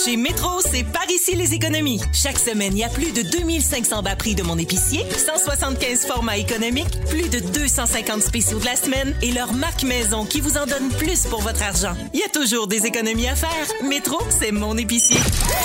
Chez Métro, c'est par ici les économies. Chaque semaine, il y a plus de 2500 bas prix de mon épicier, 175 formats économiques, plus de 250 spéciaux de la semaine et leur marque maison qui vous en donne plus pour votre argent. Il y a toujours des économies à faire. Métro, c'est mon épicier.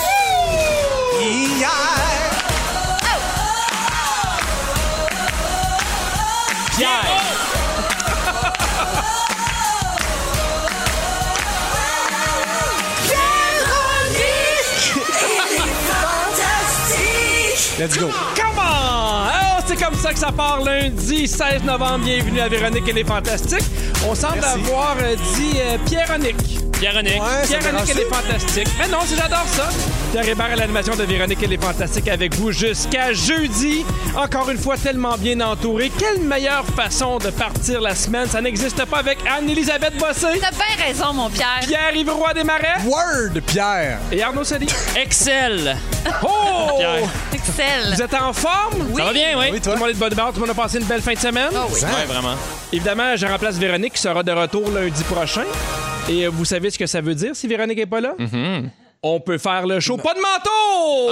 Let's go. Come on! Alors, c'est comme ça que ça part lundi 16 novembre. Bienvenue à Véronique et les Fantastiques. On semble avoir dit Pierre-Onic. Pierre-Onic. Ouais, Pierre-Onic et les Fantastiques. Mais non, j'adore ça. Pierre Hébert à l'animation de Véronique et les Fantastiques avec vous jusqu'à jeudi. Encore une fois, tellement bien entouré. Quelle meilleure façon de partir la semaine. Ça n'existe pas avec Anne-Élisabeth Bossé. T'as bien raison, mon Pierre. Pierre-Yves Roy Desmarais. Word, Pierre. Et Arnaud Soli. Excel. Oh! Pierre. Excel. Vous êtes en forme? Ça va bien, oui? Oui, Tout toi. le monde est de bonne humeur. Tout le monde a passé une belle fin de semaine. Oh oui. Ouais, vraiment. Évidemment, je remplace Véronique qui sera de retour lundi prochain. Et vous savez ce que ça veut dire si Véronique n'est pas là? On peut faire le show pas de manteau!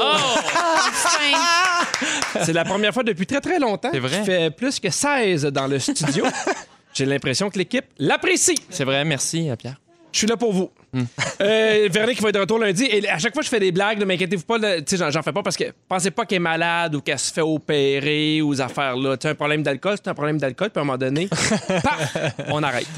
Enfin. C'est la première fois depuis très très longtemps. C'est vrai. Je fais plus que 16 dans le studio. J'ai l'impression que l'équipe l'apprécie. C'est vrai, merci, Pierre. Je suis là pour vous. Véronique va être de retour lundi. Et à chaque fois, je fais des blagues, mais inquiétez-vous pas, là, tu sais, j'en fais pas parce que pensez pas qu'elle est malade ou qu'elle se fait opérer ou ces affaires-là. Tu as un problème d'alcool, c'est un problème d'alcool, puis à un moment donné, paf, on arrête.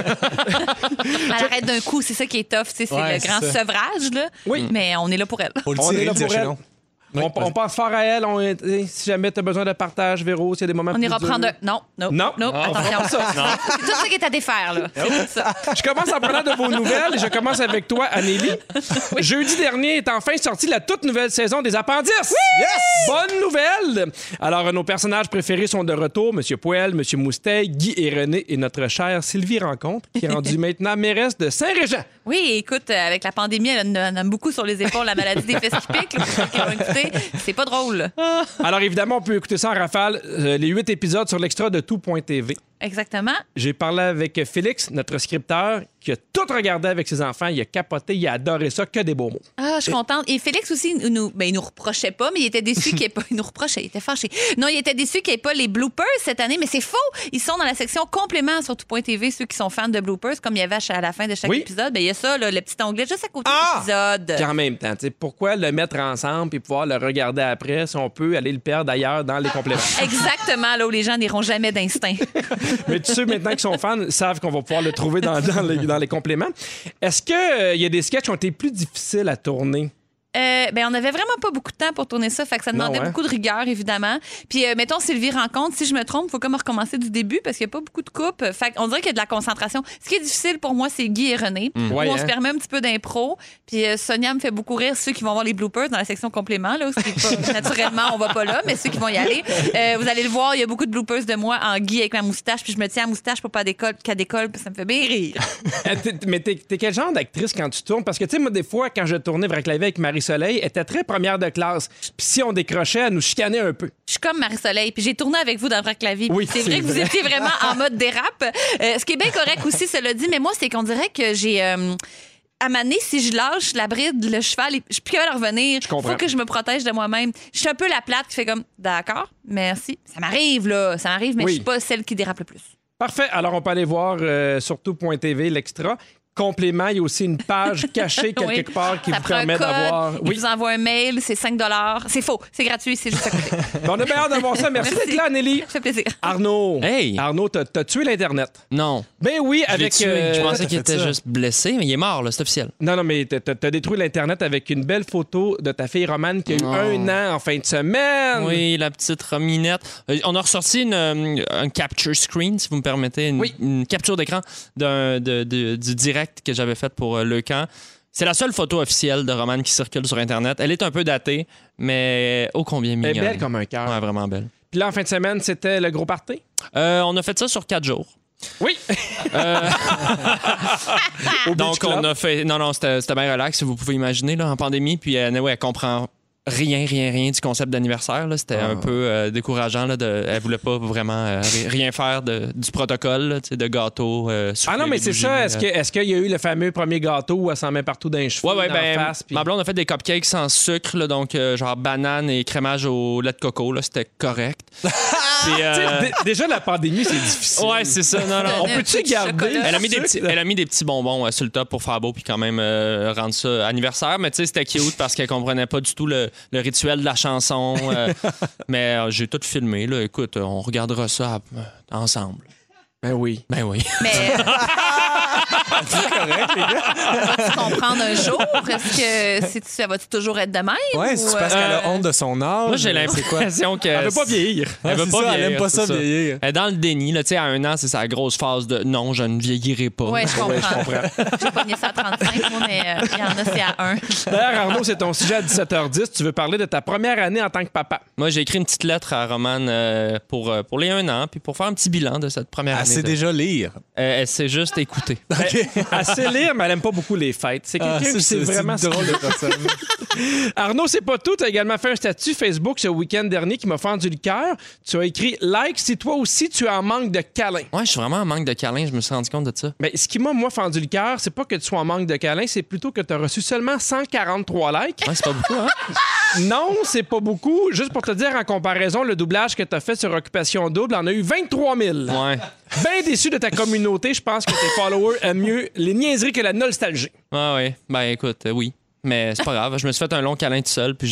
Elle arrête d'un coup, c'est ça qui est tough. Tu sais, c'est Ouais, le grand c'est ça. sevrage, là. Oui. Mais on est là pour elle. Faut le On est tirer, là le pour échelon. On pense fort à elle. Si jamais tu as besoin de partage, Véro, s'il y a des moments On plus ira durs. prendre un... Non, Non. attention. C'est tout ça qui est à défaire, là. C'est tout ça. Je commence en parlant de vos nouvelles et je commence avec toi, Anélie. Jeudi dernier est enfin sortie la toute nouvelle saison des Appendices. Yes! Bonne nouvelle! Alors, nos personnages préférés sont de retour. Monsieur Poel, Monsieur Mousteil, Guy et René et notre chère Sylvie Rencontre, qui est rendue maintenant mairesse de Saint-Régent. Oui, écoute, avec la pandémie, elle en a beaucoup sur les épaules, la maladie des fesses qui piquent. Là, pour ceux qui vont écouter, c'est pas drôle. Alors, évidemment, on peut écouter ça en rafale, les 8 épisodes sur l'extra de tout.tv. Exactement. J'ai parlé avec Félix, notre scripteur, qui a tout regardé avec ses enfants. Il a capoté, il a adoré ça, que des beaux mots. Ah, je suis contente. Et Félix aussi, il nous reprochait pas, mais il était déçu qu'il n'y ait pas. Il nous reprochait, il était fâché. Non, il était déçu qu'il n'y ait pas les bloopers cette année, mais c'est faux. Ils sont dans la section compléments sur tout.tv, ceux qui sont fans de bloopers, comme il y avait à la fin de chaque Oui. épisode. Ben, il y a ça, là, le petit onglet juste à côté Ah! de l'épisode. Puis en même temps, tu sais, pourquoi le mettre ensemble et pouvoir le regarder après si on peut aller le perdre ailleurs dans les compléments? Exactement, là où les gens n'iront jamais d'instinct. Mais tous ceux maintenant qui sont fans savent qu'on va pouvoir le trouver dans les compléments. Est-ce qu'il y a des sketchs qui ont été plus difficiles à tourner? Ben, on avait vraiment pas beaucoup de temps pour tourner ça, fait que ça demandait Non, hein? beaucoup de rigueur, évidemment. Puis, mettons, Sylvie Rencontre, si je me trompe, il faut comme recommencer du début parce qu'il n'y a pas beaucoup de coupes. Fait qu'on dirait qu'il y a de la concentration. Ce qui est difficile pour moi, c'est Guy et René, où Ouais, on hein? se permet un petit peu d'impro. Puis, Sonia me fait beaucoup rire ceux qui vont voir les bloopers dans la section complément, là, où c'est pas, naturellement, on va pas là, mais ceux qui vont y aller. Vous allez le voir, il y a beaucoup de bloopers de moi en Guy avec ma moustache, puis je me tiens à la moustache pour pas qu'elle décolle, puis ça me fait bien rire. Mais t'es quel genre d'actrice quand tu tournes? Parce que, tu sais, moi, des fois, quand je tournais Vrac la vie avec Marie-Soleil, elle était très première de classe. Puis si on décrochait, elle nous chicanait un peu. Je suis comme Marie-Soleil, puis j'ai tourné avec vous dans Vrac la vie. Oui, c'est vrai c'est que vous vrai. étiez vraiment en mode dérape. Ce qui est bien correct aussi, cela dit, mais moi, c'est qu'on dirait que j'ai... à m'amener, si je lâche la bride, le cheval, je suis plus capable de revenir. comprends. Faut que je me protège de moi-même. Je suis un peu la plate qui fait comme, d'accord, merci. Ça m'arrive, là. Ça m'arrive, mais Oui. je suis pas celle qui dérape le plus. Parfait. Alors, on peut aller voir sur tout.tv l'extra. Complément, il y a aussi une page cachée quelque Oui. part qui Ça vous prend un permet code, d'avoir... il vous envoie un mail, c'est 5 $. C'est faux, c'est gratuit, c'est juste à côté. On a bien hâte d'avoir ça. Merci Merci. d'être là, Nelly. Ça fait plaisir. Arnaud. Hey. Arnaud, t'as tué l'Internet. Non. Ben oui, Je l'ai avec... tué. Je pensais t'as qu'il fait était ça. juste blessé, mais il est mort, là, c'est officiel. Non, mais t'as détruit l'Internet avec une belle photo de ta fille Romane qui a eu Oh. 1 an en fin de semaine. Oui, la petite Rominette. On a ressorti un capture screen, si vous me permettez, une capture d'écran du direct que j'avais fait pour Le Camp. C'est la seule photo officielle de Romane qui circule sur Internet. Elle est un peu datée, mais ô combien Elle est mignonne. belle comme un cœur. Ouais, vraiment belle. Puis là, en fin de semaine, c'était le gros party. On a fait ça sur 4 jours. Oui. Au Beach Donc, Club. on a fait... Non, c'était bien relax, vous pouvez imaginer, là, en pandémie. Puis, ouais, elle comprend rien du concept d'anniversaire. Là. C'était un peu décourageant. Là, elle voulait pas vraiment rien faire du protocole, là, de gâteau. Non, mais c'est ça. Est-ce qu'il y a eu le fameux premier gâteau où elle s'en met partout dans les cheveux? Ouais, ben, face, puis... ma blonde a fait des cupcakes sans sucre, là, donc genre banane et crémage au lait de coco. Là, c'était correct. Puis, déjà, la pandémie, c'est difficile. Ouais, c'est ça. Non. On peut-tu garder? Elle a mis des petits bonbons sur le top pour faire beau puis quand même rendre ça anniversaire. Mais tu sais, c'était cute parce qu'elle comprenait pas du tout le rituel de la chanson. Mais j'ai tout filmé. Là. Écoute, on regardera ça ensemble. Ben oui. Mais c'est correct, les gars. Vas-tu comprendre un jour? Est-ce que ça va-tu toujours être de même? Ouais, c'est parce qu'elle a honte de son âge. Moi, j'ai l'impression qu'elle elle veut pas vieillir. Elle veut pas vieillir. Elle aime pas ça vieillir. Elle est dans le déni. Là, à 1 an, c'est sa grosse phase de non, je ne vieillirai pas. Oui, je comprends. J'ai pogné ça à 35, moi, mais il y en a, c'est à 1. D'ailleurs, Arnaud, c'est ton sujet à 17h10. Tu veux parler de ta première année en tant que papa. Moi, j'ai écrit une petite lettre à Romane pour les 1 an, puis pour faire un petit bilan de cette première année. Elle sait déjà lire. Elle sait juste écouter. Okay. Elle sait lire, mais elle aime pas beaucoup les fêtes. C'est quelqu'un qui sait vraiment... C'est drôle de personne. Arnaud, c'est pas tout. Tu as également fait un statut Facebook ce week-end dernier qui m'a fendu le cœur. Tu as écrit « Like si toi aussi tu es en manque de câlins ». Ouais, je suis vraiment en manque de câlins. Je me suis rendu compte de ça. Mais ce qui m'a, moi, fendu le cœur, c'est pas que tu sois en manque de câlins, c'est plutôt que tu as reçu seulement 143 likes. Ouais, c'est pas beaucoup, hein? Non, c'est pas beaucoup. Juste pour te dire, en comparaison, le doublage que tu as fait sur Occupation Double en a eu 23 000. Ouais. Bien déçu de ta communauté. Je pense que tes followers aiment mieux les niaiseries que la nostalgie. Ouais. Ben, écoute, oui. Mais c'est pas grave. Je me suis fait un long câlin tout seul, puis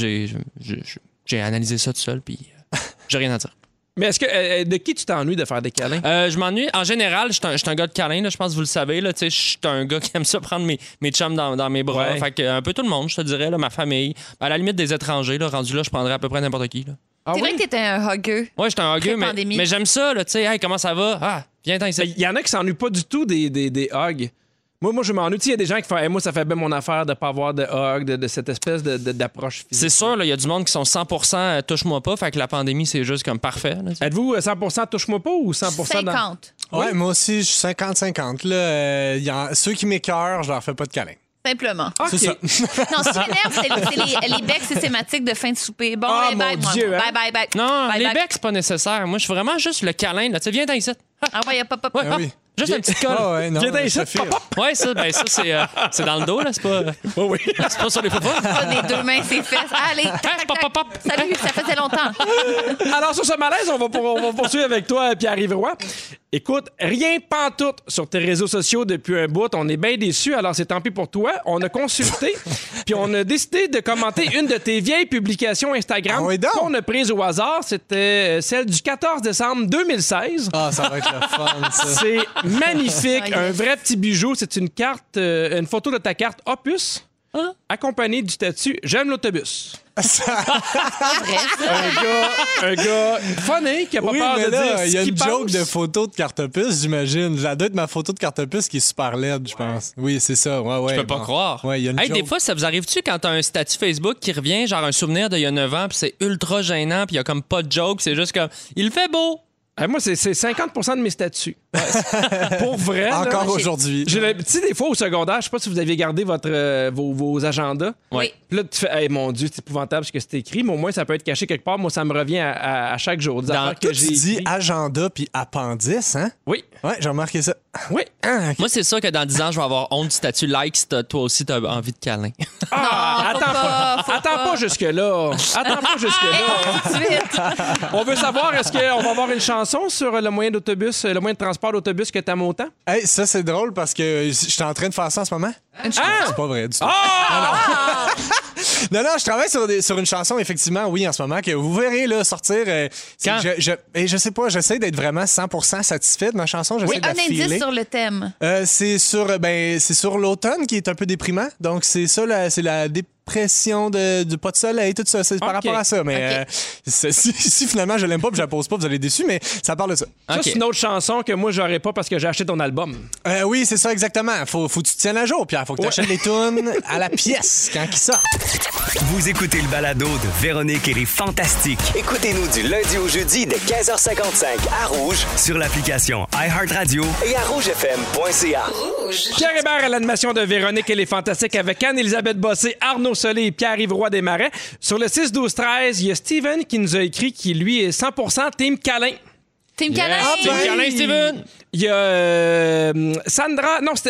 j'ai analysé ça tout seul, puis j'ai rien à dire. Mais est-ce que de qui tu t'ennuies de faire des câlins? Je m'ennuie. En général, je suis un gars de câlin, là, je pense que vous le savez. Je suis un gars qui aime ça prendre mes chums dans mes bras. Ouais. Fait que un peu tout le monde, je te dirais, là, ma famille. À la limite des étrangers, là, rendu là, je prendrais à peu près n'importe qui. Là. C'est vrai que t'étais un hugger. Ouais, j'étais un hugger, mais j'aime ça. Tu sais, hey, comment ça va? Ah, viens-t'en ici. Il y en a qui s'ennuient pas du tout des hugs. Moi, je m'ennuie. Il y a des gens qui font hey, moi, ça fait bien mon affaire de pas avoir de hug, de cette espèce d'approche physique. C'est sûr, il y a du monde qui sont 100% touche-moi pas. Fait que la pandémie, c'est juste comme parfait. Là, êtes-vous 100% touche-moi pas ou 100% 50. Ouais, moi aussi, je suis 50-50. Là, ceux qui m'écœurent, je leur fais pas de câlin. Simplement. Okay. C'est ça. Non, ce qui m'énerve, c'est les becs systématiques de fin de souper. Bon, Ah, bye, mon Dieu, moi. hein? Bye. Non, Bye, les bye. becs, c'est pas nécessaire. Moi, je suis vraiment juste le câlin. Là. Tu sais, viens-t'en ici. Ah ouais, hop. Ouais, Ah oui. Juste un petit col. Ah ouais, non, Viens-t'en ici, je file. Ouais, ça, c'est dans le dos, là. C'est pas, Oui. c'est pas sur les poupons. Pas des deux mains, ses fesses. Allez, tac, Pop, pop, pop. Salut, ça faisait longtemps. Alors, sur ce malaise, on va poursuivre avec toi, Pierre-Yves Roy. Écoute, rien de pantoute sur tes réseaux sociaux depuis un bout. On est bien déçus, alors c'est tant pis pour toi. On a consulté, puis on a décidé de commenter une de tes vieilles publications Instagram Ah oui donc? qu'on a prise au hasard. C'était celle du 14 décembre 2016. Ah, ça va être le fun, ça. C'est magnifique, un vrai petit bijou. C'est une carte, une photo de ta carte Opus, accompagnée du statut « J'aime l'autobus ». Un gars funny qui a pas Oui, peur mais de là, dire il y a ce une qu'il joke pense. de photo de cartopus, j'imagine. Ça doit être ma photo de cartopus qui est super laide, je pense. Oui, c'est ça. Ouais, Je peux pas croire. Ouais, il y a une Hey, joke. des fois, ça vous arrive-tu quand t'as un statut Facebook qui revient, genre un souvenir d'il y a 9 ans, puis c'est ultra gênant, puis il y a comme pas de joke, c'est juste comme il fait beau. Moi, c'est 50% de mes statuts. Pour vrai. là, Encore j'ai- aujourd'hui. Tu sais, des fois au secondaire, je sais pas si vous aviez gardé vos agendas. Oui. Puis là, tu fais, hey, mon Dieu, c'est épouvantable ce que c'est écrit, mais au moins, ça peut être caché quelque part. Moi, ça me revient à chaque jour. Des affaires Toi, que tu j'ai dis écrites. agenda puis appendice, hein? Oui. Ouais, j'ai remarqué ça. Oui. Ah, ok. Moi, c'est sûr que dans 10 ans, je vais avoir honte du statut like si toi aussi t'as envie de câlin. Ah, faut attends pas, faut Attends pas jusque-là. Attends pas jusque-là. Tout de suite. On veut savoir, est-ce qu'on va avoir une chanson sur le moyen d'autobus, le moyen de transport d'autobus que t'aimes autant? Hey, ça, c'est drôle parce que je suis en train de faire ça en ce moment. C'est pas vrai du tout. Non, je travaille sur une chanson, effectivement, oui, en ce moment, que vous verrez là, sortir. Quand? Je sais pas, j'essaie d'être vraiment 100% satisfait de ma chanson. J'essaie Oui, de la un indice filer. sur le thème. C'est sur l'automne qui est un peu déprimant. Donc, c'est ça, c'est la dépression du pas de soleil, tout ça. C'est par Ok. rapport à ça. Mais si finalement je l'aime pas et je la pose pas, vous allez être déçus, mais ça parle de ça. Ça, Ok. c'est une autre chanson que moi, j'aurais pas parce que j'ai acheté ton album. Oui, c'est ça, exactement. Faut que tu te tiennes à jour, Pierre. Faut que tu achètes les tunes à la pièce quand ils sortent. Vous écoutez le balado de Véronique et les Fantastiques. Écoutez-nous du lundi au jeudi dès 15h55 à Rouge sur l'application iHeartRadio et à rougefm.ca. Pierre Hébert à l'animation de Véronique et les Fantastiques avec Anne-Élisabeth Bossé, Arnaud Solé et Pierre-Yves Roy Desmarais. Sur le 6-12-13, il y a Steven qui nous a écrit qu'il, lui, est 100% Team Câlin. Team Câlin! Team Câlin, Steven! Il y a Sandra. Non,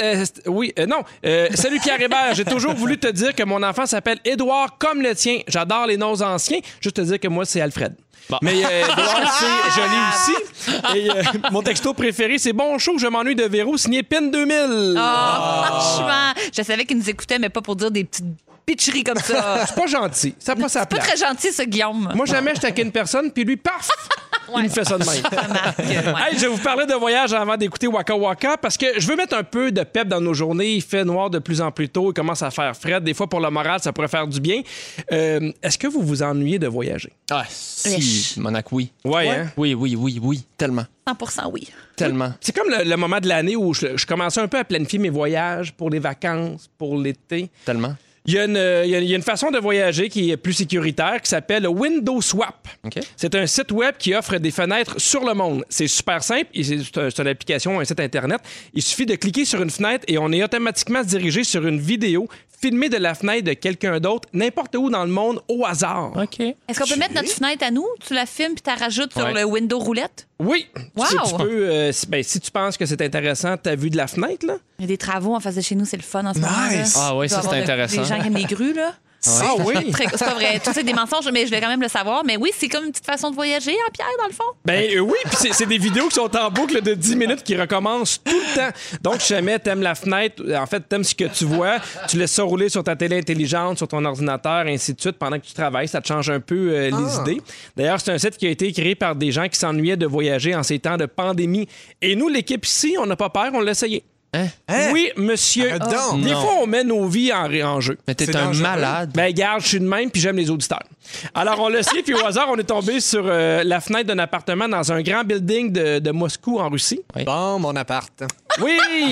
salut Pierre Hébert. J'ai toujours voulu te dire que mon enfant s'appelle Édouard comme le tien. J'adore les noms anciens. Juste te dire que moi, c'est Alfred. Bon. Mais Édouard, c'est joli aussi. Et mon texto préféré, c'est bon show, je m'ennuie de Véro, signé PIN 2000. Franchement, je savais qu'il nous écoutait, mais pas pour dire des petites pitcheries comme ça. C'est pas gentil. Ça n'a pas sa place. Pas très gentil, ça, Guillaume. Moi, jamais je taquine une personne, puis lui, paf! Il me fait ça de même. Hey, je vais vous parler de voyage avant d'écouter Waka Waka parce que je veux mettre un peu de pep dans nos journées. Il fait noir de plus en plus tôt. Il commence à faire frais. Des fois, pour le moral, ça pourrait faire du bien. Est-ce que vous vous ennuyez de voyager? Ah, si, Monaco, oui. Ouais, hein? Oui, tellement. 100% oui. Tellement. C'est comme le moment de l'année où je commençais un peu à planifier mes voyages pour les vacances, pour l'été. Tellement. Il y a une façon de voyager qui est plus sécuritaire qui s'appelle Window Swap. Okay. C'est un site web qui offre des fenêtres sur le monde. C'est super simple. C'est une application, un site Internet. Il suffit de cliquer sur une fenêtre et on est automatiquement dirigé sur une vidéo filmée de la fenêtre de quelqu'un d'autre, n'importe où dans le monde, au hasard. OK. Est-ce qu'on peut mettre notre fenêtre à nous? Tu la filmes puis tu la rajoutes sur le window roulette? Oui. Wow. Tu peux, si tu penses que c'est intéressant, ta vue de la fenêtre, là. Il y a des travaux en face de chez nous, c'est le fun en ce moment. Nice. Là. Ah oui, ça, c'est intéressant. Les gens qui aiment les grues, là. Ah oui? C'est pas vrai. Tout ça, des mensonges, mais je vais quand même le savoir. Mais oui, c'est comme une petite façon de voyager, hein, Pierre, dans le fond? Oui, puis c'est des vidéos qui sont en boucle de 10 minutes qui recommencent tout le temps. Donc, si jamais t'aimes la fenêtre, en fait, t'aimes ce que tu vois, tu laisses ça rouler sur ta télé intelligente, sur ton ordinateur, ainsi de suite, pendant que tu travailles. Ça te change un peu les idées. D'ailleurs, c'est un site qui a été créé par des gens qui s'ennuyaient de voyager en ces temps de pandémie. Et nous, l'équipe ici, on n'a pas peur, on l'a essayé. Hein? Oui, monsieur. Arrête donc. Des fois, on met nos vies en jeu. Mais t'es C'est un dangereux. malade. Ben, garde, je suis de même, puis j'aime les auditeurs. Alors, on l'a essayé, puis au hasard, on est tombé sur la fenêtre d'un appartement dans un grand building de Moscou, en Russie. Oui. Bon, mon appart. Oui!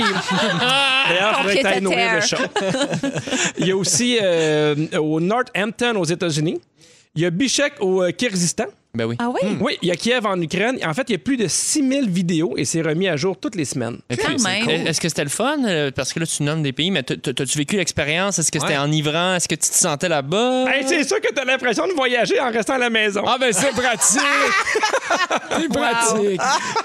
D'ailleurs, il faudrait que t'ailles nourrir le chat. Il y a aussi au Northampton, aux États-Unis. Il y a Bichkek, au Kyrgyzstan. Ben oui. Ah oui? Oui, il y a Kiev en Ukraine. En fait, il y a plus de 6000 vidéos et c'est remis à jour toutes les semaines. Et Quand puis, même. Est-ce que c'était le fun? Parce que là, tu nommes des pays, mais t'as-tu vécu l'expérience? Est-ce que c'était enivrant? Est-ce que tu te sentais là-bas? Hey, c'est sûr que t'as l'impression de voyager en restant à la maison. Ah, ben c'est pratique! C'est pratique!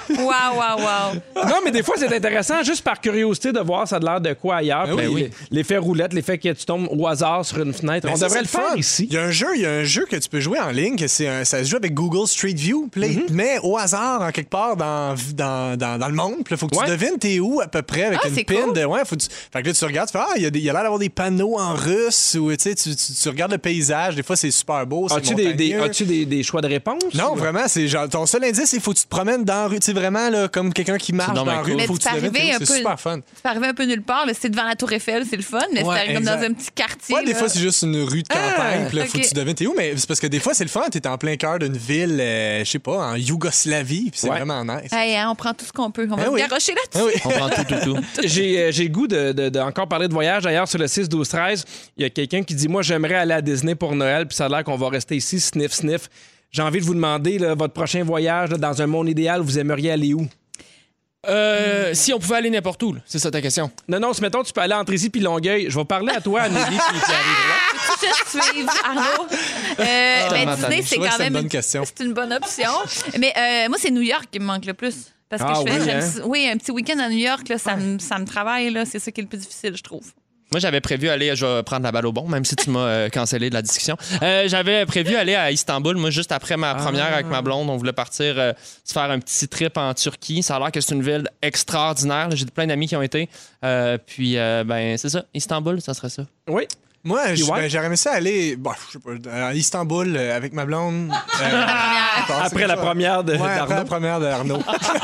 Wow. Non, mais des fois, c'est intéressant juste par curiosité de voir ça a l'air de quoi ailleurs. Ben Puis oui. L'effet roulette, l'effet que tu tombes au hasard sur une fenêtre. Ben On ça, devrait le c'est faire fun. ici. Il y a un jeu que tu peux jouer en ligne, que ça se joue avec Google Street View. Puis là, il te met au hasard en quelque part dans le monde. Puis là, faut que tu devines t'es où à peu près avec une c'est pin cool. de. Ouais, fait que là, tu regardes, tu fais il y a l'air d'avoir des panneaux en russe ou tu regardes le paysage. Des fois, c'est super beau. As-tu des choix de réponse? Non, vraiment, c'est genre ton seul indice, c'est faut que tu te promènes dans la rue. Tu sais, vraiment, là, comme quelqu'un qui marche dans donc la bien rue. cool. Faut Mais que tu devines t'es où. C'est super fun. Tu peux arriver un peu nulle part. Là, c'est devant la Tour Eiffel, c'est le fun. Mais Ouais, c'est arrivé comme exact. dans un petit quartier. Ouais, des là. fois, c'est juste une rue de campagne. Puis là, faut ok. que tu devines t'es où. Mais c'est parce que des fois, c'est le fun. T'es en plein cœur d'une ville, je sais pas, en Yougoslavie. Puis c'est vraiment nice. Hey, hein, on prend tout ce qu'on peut. On va Ah se oui. garrocher là-dessus. Ah oui. On prend tout. J'ai le goût de encore parler de voyage. D'ailleurs, sur le 6-12-13, il y a quelqu'un qui dit moi, j'aimerais aller à Disney pour Noël, puis ça a l'air qu'on va rester ici, sniff. J'ai envie de vous demander, là, votre prochain voyage, là, dans un monde idéal, vous aimeriez aller où? Si on pouvait aller n'importe où, là. C'est ça ta question. Non, si mettons, tu peux aller entre ici puis Longueuil. Je vais parler à toi, Amélie, puis Pierre-Yves. Peux-tu juste suivre, Arnaud? Ben, Disney, c'est trouvais que quand c'est une même bonne question. c'est une bonne option. Mais moi, c'est New York qui me manque le plus. Parce que Ah je fais, oui, j'aime un petit week-end à New York, là, ça me travaille. Là, c'est ça qui est le plus difficile, je trouve. Moi, j'avais prévu aller, je vais prendre la balle au bon, même si tu m'as cancellé de la discussion. J'avais prévu aller à Istanbul, moi, juste après ma première avec ma blonde. On voulait partir se faire un petit trip en Turquie. Ça a l'air que c'est une ville extraordinaire. Là. J'ai plein d'amis qui ont été. Puis, c'est ça. Istanbul, ça serait ça. Oui. Moi, ouais? j'aurais aimé ça aller, je sais pas, à Istanbul avec ma blonde. Après la première Après la d'Arnaud. première d'Arnaud.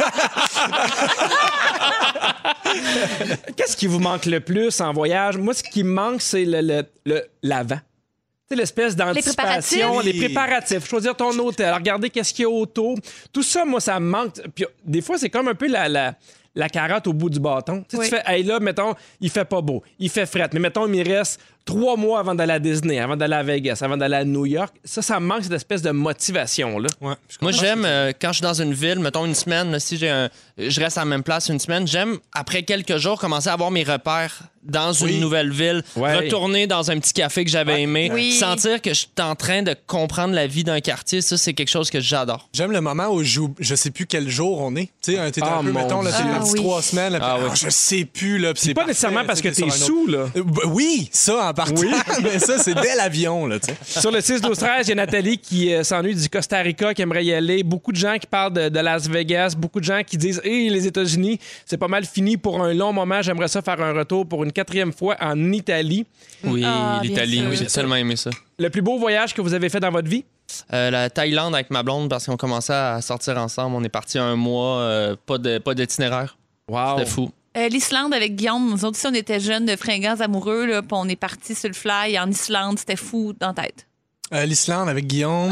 Qu'est-ce qui vous manque le plus en voyage? Moi, ce qui me manque, c'est l'avant. Tu sais, l'espèce d'anticipation, les préparatifs. Choisir ton hôtel, regarder qu'est-ce qu'il y a autour. Tout ça, moi, ça me manque. Puis, des fois, c'est comme un peu la la carotte au bout du bâton. Tu fais, hey, là, mettons, il fait pas beau, il fait fret, mais mettons, il me reste 3 mois avant d'aller à Disney, avant d'aller à Vegas, avant d'aller à New York. Ça me manque cette espèce de motivation-là. Ouais. Moi, j'aime, quand je suis dans une ville, mettons une semaine, là, si je reste à la même place une semaine, j'aime, après quelques jours, commencer à avoir mes repères dans une nouvelle ville, retourner dans un petit café que j'avais aimé, sentir que je suis en train de comprendre la vie d'un quartier. Ça, c'est quelque chose que j'adore. J'aime le moment où je sais plus quel jour on est. Tu sais, t'es un peu, mettons, là, t'es parti 3 semaines, là, je sais plus, là. C'est pas nécessairement parce que t'es sous, là. Oui, ça, en partant. Mais ça, c'est dès l'avion, là, tu sais. Sur le 6-12-13, il y a Nathalie qui s'ennuie du Costa Rica, qui aimerait y aller. Beaucoup de gens qui parlent de Las Vegas. Beaucoup de gens qui disent, les États-Unis, c'est pas mal fini pour un long moment. J'aimerais ça faire un retour pour une 4e fois en Italie. Oui, l'Italie. Oui, j'ai tellement aimé ça. Le plus beau voyage que vous avez fait dans votre vie? La Thaïlande avec ma blonde, parce qu'on commençait à sortir ensemble. On est parti 1 mois, pas d'itinéraire. Wow. C'était fou. L'Islande avec Guillaume, nous autres, si on était jeunes, de fringants amoureux, puis on est partis sur le fly en Islande, c'était fou dans la tête. L'Islande avec Guillaume.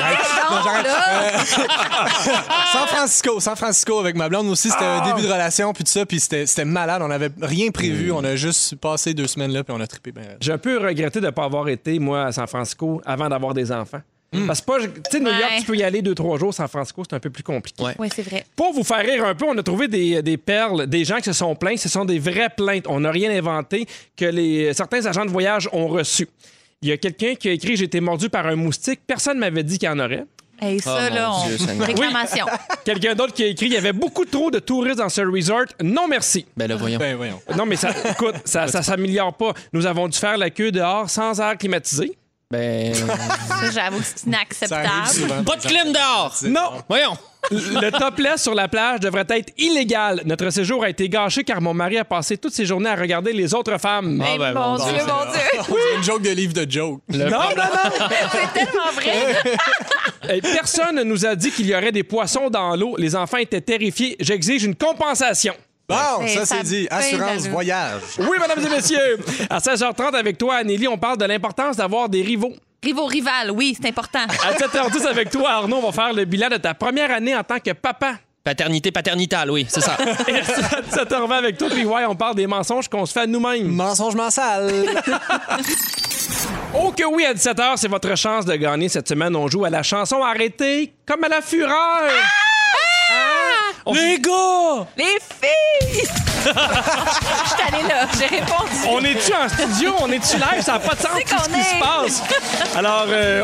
San Francisco avec ma blonde aussi. C'était un début de relation, puis tout ça, puis c'était malade. On n'avait rien prévu. On a juste passé 2 semaines là, puis on a trippé bien. J'ai un peu regretté de ne pas avoir été, moi, à San Francisco avant d'avoir des enfants. Parce que, tu sais, New York, tu peux y aller 2-3 jours. San Francisco, c'est un peu plus compliqué. Oui, c'est vrai. Pour vous faire rire un peu, on a trouvé des perles, des gens qui se sont plaints. Ce sont des vraies plaintes. On n'a rien inventé que certains agents de voyage ont reçu. Il y a quelqu'un qui a écrit « J'ai été mordu par un moustique. Personne ne m'avait dit qu'il y en aurait. » Et ça, là, réclamation. Quelqu'un d'autre qui a écrit « Il y avait beaucoup trop de touristes dans ce resort. Non, merci. » Ben là, voyons. Non, mais ça, écoute, ça s'améliore pas. Nous avons dû faire la queue dehors sans air climatisé. Ben... Ça, j'avoue que c'est inacceptable. Pas de clim dehors! Non! Voyons! Le topless sur la plage devrait être illégal. Notre séjour a été gâché car mon mari a passé toutes ses journées à regarder les autres femmes. Mon Dieu. C'est une joke de livre de joke. Non. C'est tellement vrai. Personne ne nous a dit qu'il y aurait des poissons dans l'eau. Les enfants étaient terrifiés. J'exige une compensation. Bon, ça c'est dit. Assurance voyage. Oui, mesdames et messieurs. À 16h30 avec toi, Anneli, on parle de l'importance d'avoir des rivaux. Rival, oui, c'est important. À 7h10 avec toi, Arnaud, on va faire le bilan de ta première année en tant que papa. Paternité paternitale, oui, c'est ça. Et à 7h20 avec toi, puis on parle des mensonges qu'on se fait à nous-mêmes. Mensonge mensal. Oh que oui, à 17h, c'est votre chance de gagner. Cette semaine, on joue à la chanson Arrêtez comme à la fureur. Les gars! Les filles! Je suis allée là, j'ai répondu. On est-tu en studio? On est-tu live? Ça n'a pas de sens tout ce qui se passe. Alors,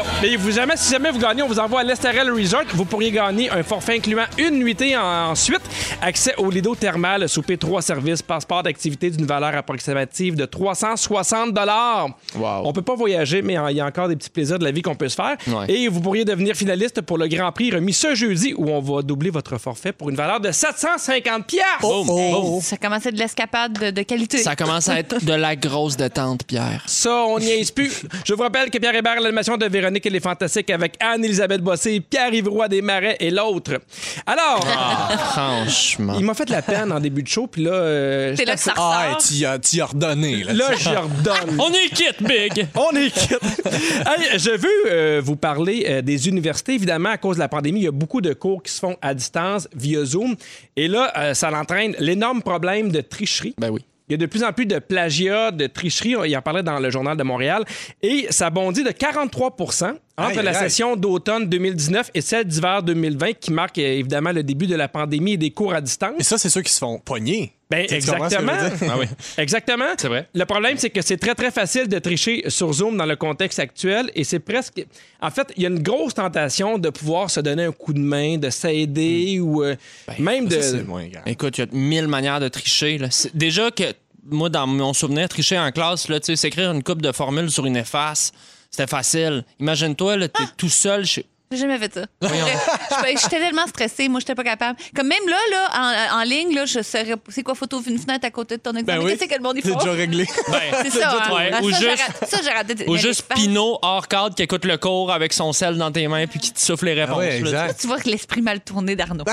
si jamais vous gagnez, on vous envoie à l'Estérel Resort. Vous pourriez gagner un forfait incluant une nuitée ensuite, accès au Lido thermal, souper 3 services, passeport d'activité d'une valeur approximative de 360 $. Wow. On peut pas voyager, mais il y a encore des petits plaisirs de la vie qu'on peut se faire. Ouais. Et vous pourriez devenir finaliste pour le Grand Prix remis ce jeudi où on va doubler votre forfait pour une valeur de 750 $. Ça commence à être de l'escapade de qualité. Ça commence à être de la grosse détente, Pierre. Ça, on n'y est plus. Je vous rappelle que Pierre Hébert, l'animation de Véronique et les Fantastiques avec Anne-Élisabeth Bossé, Pierre-Yves Roy Desmarais et l'autre. Alors, franchement. il m'a fait de la peine en début de show, puis là... c'est là que ça ressort. Tu as redonné. Là, j'y redonne. On est quitte, Big! On est quitte. Hey, je veux vous parler des universités. Évidemment, à cause de la pandémie, il y a beaucoup de cours qui se font à distance via Zoom. Et là, ça entraîne l'énorme problème de tricherie. Ben oui. Il y a de plus en plus de plagiat, de tricherie. Il en parlait dans le Journal de Montréal. Et ça bondit de 43 % entre la session d'automne 2019 et celle d'hiver 2020, qui marque évidemment le début de la pandémie et des cours à distance. Et ça, c'est ceux qui se font pogner. Ben, exactement. Ah oui. Exactement. C'est vrai. Le problème, c'est que c'est très, très facile de tricher sur Zoom dans le contexte actuel et c'est presque... En fait, il y a une grosse tentation de pouvoir se donner un coup de main, de s'aider ou même de... Ça, c'est moins grave. Écoute, il y a 1000 manières de tricher. Là. Déjà que, moi, dans mon souvenir, tricher en classe, là, c'est écrire une coupe de formules sur une efface. C'était facile. Imagine-toi, là, t'es tout seul chez... J'ai jamais fait ça. J'étais tellement stressée, moi, j'étais pas capable. Comme même là, en ligne, là, je serais. C'est quoi, photo d'une fenêtre à côté de ton examen? Ben oui. Qu'est-ce que le monde y C'est fait? déjà réglé. C'est ça. Ouais. Hein? Ou Ça, juste, j'ai raté. ou juste Pinot hors cadre qui écoute le cours avec son sel dans tes mains puis qui te souffle les réponses. Ah ouais, là, exact. Tu vois que l'esprit mal tourné d'Arnaud.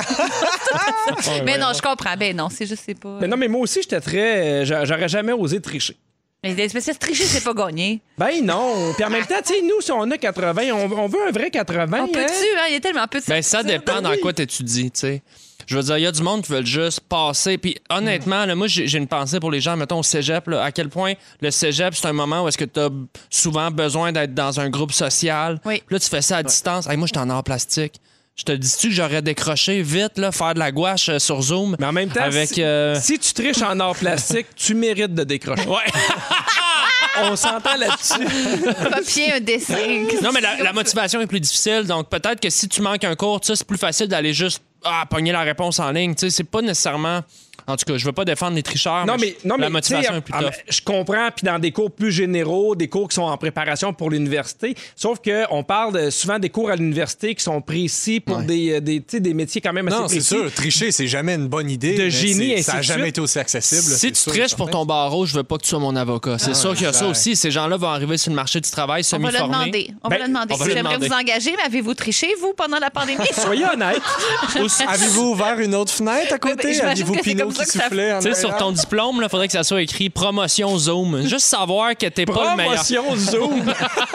Mais non, je comprends. Ben non, c'est juste, c'est pas. Mais non, mais moi aussi, j'étais très... J'aurais jamais osé tricher. Mais l'espèce de tricher, c'est pas gagné. Ben non. Puis en même temps, tu sais, nous, si on a 80, on veut un vrai 80. On peut-tu, hein? Il y a tellement peu de Ben, ça dépend dans quoi t'étudies, tu sais. Je veux dire, il y a du monde qui veulent juste passer. Puis honnêtement, là, moi, j'ai une pensée pour les gens, mettons, au cégep, là, à quel point le cégep, c'est un moment où est-ce que tu as souvent besoin d'être dans un groupe social. Oui. Puis là, tu fais ça à distance. Hey, moi, j'étais en art plastique. Je te dis-tu que j'aurais décroché vite, là, faire de la gouache sur Zoom? Mais en même temps, avec, si tu triches en art plastique, tu mérites de décrocher. Ouais. On s'entend là-dessus. Copier un dessin. Non, mais la motivation est plus difficile. Donc, peut-être que si tu manques un cours, c'est plus facile d'aller juste pogner la réponse en ligne. Tu sais, c'est pas nécessairement... En tout cas, je veux pas défendre les tricheurs, mais la motivation est plus tough. Je comprends, puis dans des cours plus généraux, des cours qui sont en préparation pour l'université, sauf qu'on parle souvent des cours à l'université qui sont précis pour des métiers quand même assez précis. Non, c'est sûr, tricher, c'est jamais une bonne idée. De génie, ça n'a jamais été aussi accessible. Si tu triches pour ton barreau, je veux pas que tu sois mon avocat. C'est sûr qu'il y a ça aussi. Ces gens-là vont arriver sur le marché du travail semi-formés. On va le demander. J'aimerais vous engager, mais avez-vous triché, vous, pendant la pandémie? Soyez honnête. Avez-vous ouvert une autre fenêtre à côté? Avez-vous Pinot qui soufflait? Tu sais, sur ton diplôme, il faudrait que ça soit écrit promotion Zoom. Juste savoir que t'es pas le meilleur. Promotion Zoom.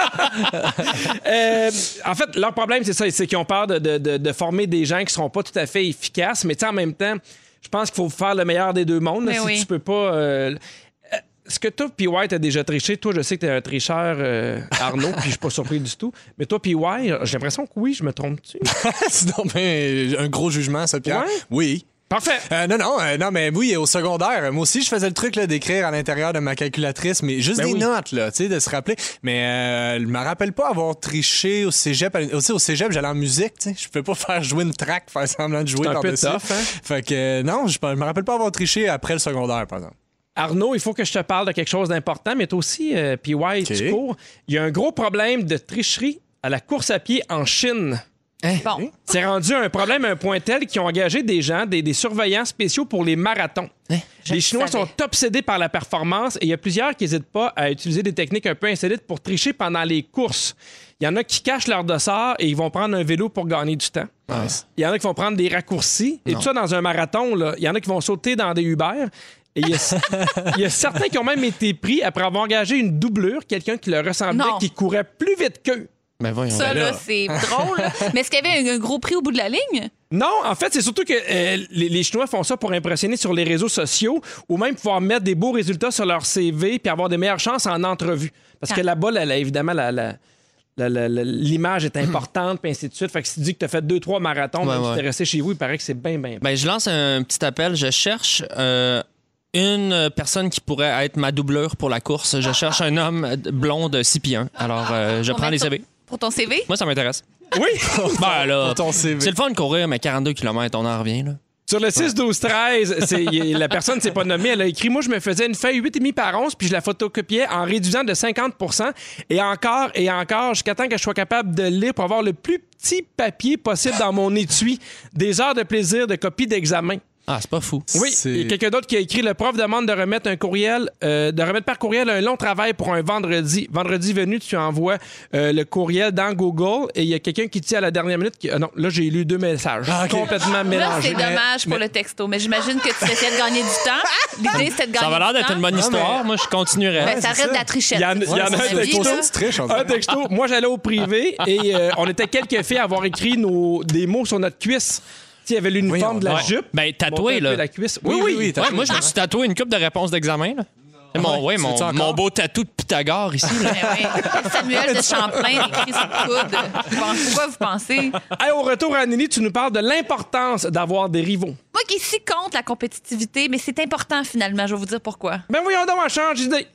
En fait, leur problème, c'est ça, c'est qu'ils ont peur de former des gens qui seront pas tout à fait efficaces, mais en même temps, je pense qu'il faut faire le meilleur des deux mondes. Là, si tu peux pas... Est-ce que toi, PY, t'as déjà triché? Toi, je sais que t'es un tricheur, Arnaud, puis je suis pas surpris du tout. Mais toi, PY, j'ai l'impression que oui, je me trompe-tu? Sinon, un gros jugement, ça, Pierre. Ouais? Oui. Parfait. Non, mais oui, au secondaire, moi aussi, je faisais le truc là, d'écrire à l'intérieur de ma calculatrice, mais juste des notes, là, tu sais, de se rappeler. Mais je me rappelle pas avoir triché au cégep. Aussi, au cégep, j'allais en musique, tu sais. Je pouvais pas faire jouer une track, faire semblant de jouer par-dessus. C'est un peu tough, hein? Fait que non, je me rappelle pas avoir triché après le secondaire, par exemple. Arnaud, il faut que je te parle de quelque chose d'important, mais toi aussi, PY, tu cours. Il y a un gros problème de tricherie à la course à pied en Chine. Bon. C'est rendu un problème à un point tel qu'ils ont engagé des gens, des surveillants spéciaux pour les marathons. Les Chinois sont obsédés par la performance et il y a plusieurs qui n'hésitent pas à utiliser des techniques un peu insolites pour tricher pendant les courses. Il y en a qui cachent leur dossard et ils vont prendre un vélo pour gagner du temps. Nice. Il y en a qui vont prendre des raccourcis. Et tout ça dans un marathon, là. Il y en a qui vont sauter dans des Uber. Et il y a certains qui ont même été pris après avoir engagé une doublure, quelqu'un qui leur ressemblait, qui courait plus vite qu'eux. Ben voyons. Ça, là, c'est drôle. Mais est-ce qu'il y avait un gros prix au bout de la ligne? Non, en fait, c'est surtout que les Chinois font ça pour impressionner sur les réseaux sociaux ou même pouvoir mettre des beaux résultats sur leur CV puis avoir des meilleures chances en entrevue. Parce que là-bas, évidemment, l'image est importante, puis ainsi de suite. Fait que si tu dis que tu as fait 2-3 marathons, même si tu es resté chez vous, il paraît que c'est bien. Ben, je lance un petit appel. Je cherche une personne qui pourrait être ma doublure pour la course. Je cherche un homme blond de 6 pieds 1. Alors, je prends les CV. Pour ton CV? Moi, ça m'intéresse. Oui! Ben là, Pour ton CV. c'est le fun de courir, mais 42 km, on en revient, là. Sur le 6-12-13, la personne ne s'est pas nommée. Elle a écrit « Moi, je me faisais une feuille 8,5 par 11 puis je la photocopiais en réduisant de 50 et encore, jusqu'à temps que je sois capable de lire pour avoir le plus petit papier possible dans mon étui. Des heures de plaisir de copie d'examen. » Ah, c'est pas fou. Oui, il y a quelqu'un d'autre qui a écrit « Le prof demande de remettre un courriel, de remettre par courriel un long travail pour un vendredi. Vendredi venu, tu envoies le courriel dans Google et il y a quelqu'un qui dit à la dernière minute non, là, j'ai lu 2 messages complètement Là, mélangés. c'est dommage pour le texto, mais j'imagine que tu essaies de gagner du temps. L'idée, c'était de gagner du temps. Ça va l'air d'être une bonne histoire. Moi, je continuerais. Ben, ça reste de la trichette. Il y en a un texto. Un texto. Moi, j'allais au privé et on était quelques filles à avoir écrit des mots sur notre cuisse. Il y avait l'uniforme de la jupe. Ben, tatoué, là. La cuisse. Oui. Ouais, moi, je me suis tatoué une coupe de réponses d'examen, là. Mon beau tatou de Pythagore ici. Là. Samuel de Champlain écrit sur le coude. Pourquoi vous pensez? Hey, au retour à Nini, tu nous parles de l'importance d'avoir des rivaux. Moi qui suis contre la compétitivité, mais c'est important finalement. Je vais vous dire pourquoi. Ben voyons donc, on change d'idée.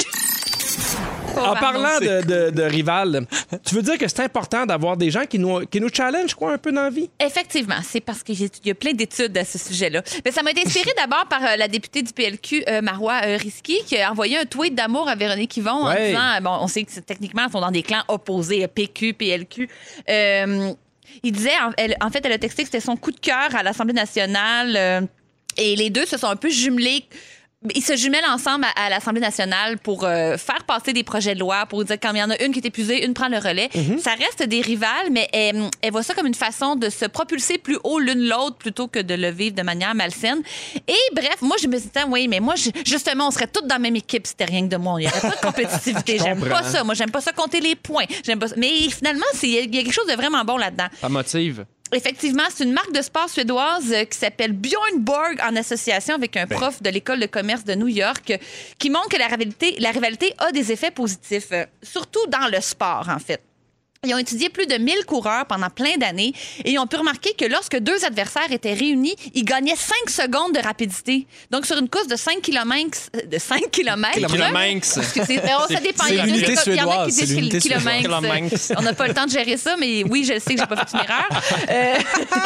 En parlant de rival, tu veux dire que c'est important d'avoir des gens qui nous challengent quoi, un peu dans la vie? Effectivement, c'est parce qu'il y a plein d'études à ce sujet-là. Mais ça m'a été inspiré d'abord par la députée du PLQ, Marois Risky, qui a envoyé un tweet d'amour à Véronique Yvon en disant, bon, on sait que techniquement, ils sont dans des clans opposés, PQ, PLQ. Il disait, en fait, elle a texté que c'était son coup de cœur à l'Assemblée nationale et les deux se sont un peu jumelés. Ils se jumellent ensemble à l'Assemblée nationale pour faire passer des projets de loi, pour dire quand il y en a une qui est épuisée, une prend le relais. Ça reste des rivales, mais elle voit ça comme une façon de se propulser plus haut l'une l'autre plutôt que de le vivre de manière malsaine. Et bref, moi, je me suis dit, oui, mais moi, justement, on serait toutes dans la même équipe si c'était rien que de moi. Il n'y aurait pas de compétitivité. J'aime pas ça. Moi, j'aime pas ça compter les points. J'aime pas ça. Mais finalement, il y a quelque chose de vraiment bon là-dedans. Ça motive. Effectivement, c'est une marque de sport suédoise qui s'appelle Björn Borg en association avec un prof de l'école de commerce de New York qui montre que la rivalité a des effets positifs, surtout dans le sport, en fait. Ils ont étudié plus de 1000 coureurs pendant plein d'années et ils ont pu remarquer que lorsque deux adversaires étaient réunis, ils gagnaient 5 secondes de rapidité. Donc, sur une course de 5 km... Ça dépend. Il y en a qui disent kilomètres. On n'a pas le temps de gérer ça, mais oui, je sais que j'ai pas fait une erreur.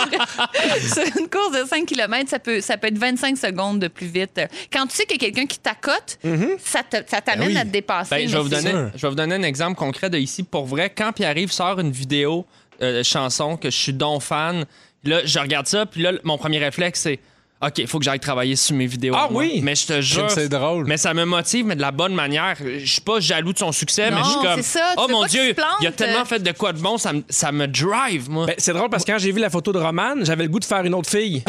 Sur une course de 5 km, ça peut être 25 secondes de plus vite. Quand tu sais qu'il y a quelqu'un qui t'accote, ça t'amène à te dépasser. Je vais vous donner un exemple concret de ici. Pour vrai, quand Pierre-Yves sort une vidéo chanson que je suis donc fan, là, je regarde ça, puis là, mon premier réflexe, c'est OK, il faut que j'aille travailler sur mes vidéos. Ah oui? Mais je te jure. C'est drôle. Mais ça me motive, mais de la bonne manière. Je suis pas jaloux de son succès, mais je suis comme. Oh mon Dieu, il a tellement fait de quoi de bon, ça me drive, moi. Ben, c'est drôle parce que quand j'ai vu la photo de Romane, j'avais le goût de faire une autre fille.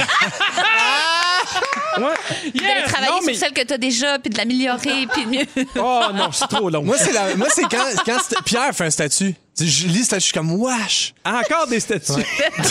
Ouais. D'aller travailler sur celle que tu as déjà, puis de l'améliorer, puis mieux. Oh non, c'est trop long. Moi, c'est quand Pierre fait un statut. Je lis le statut, je suis comme wesh. Encore des statuts. Ouais.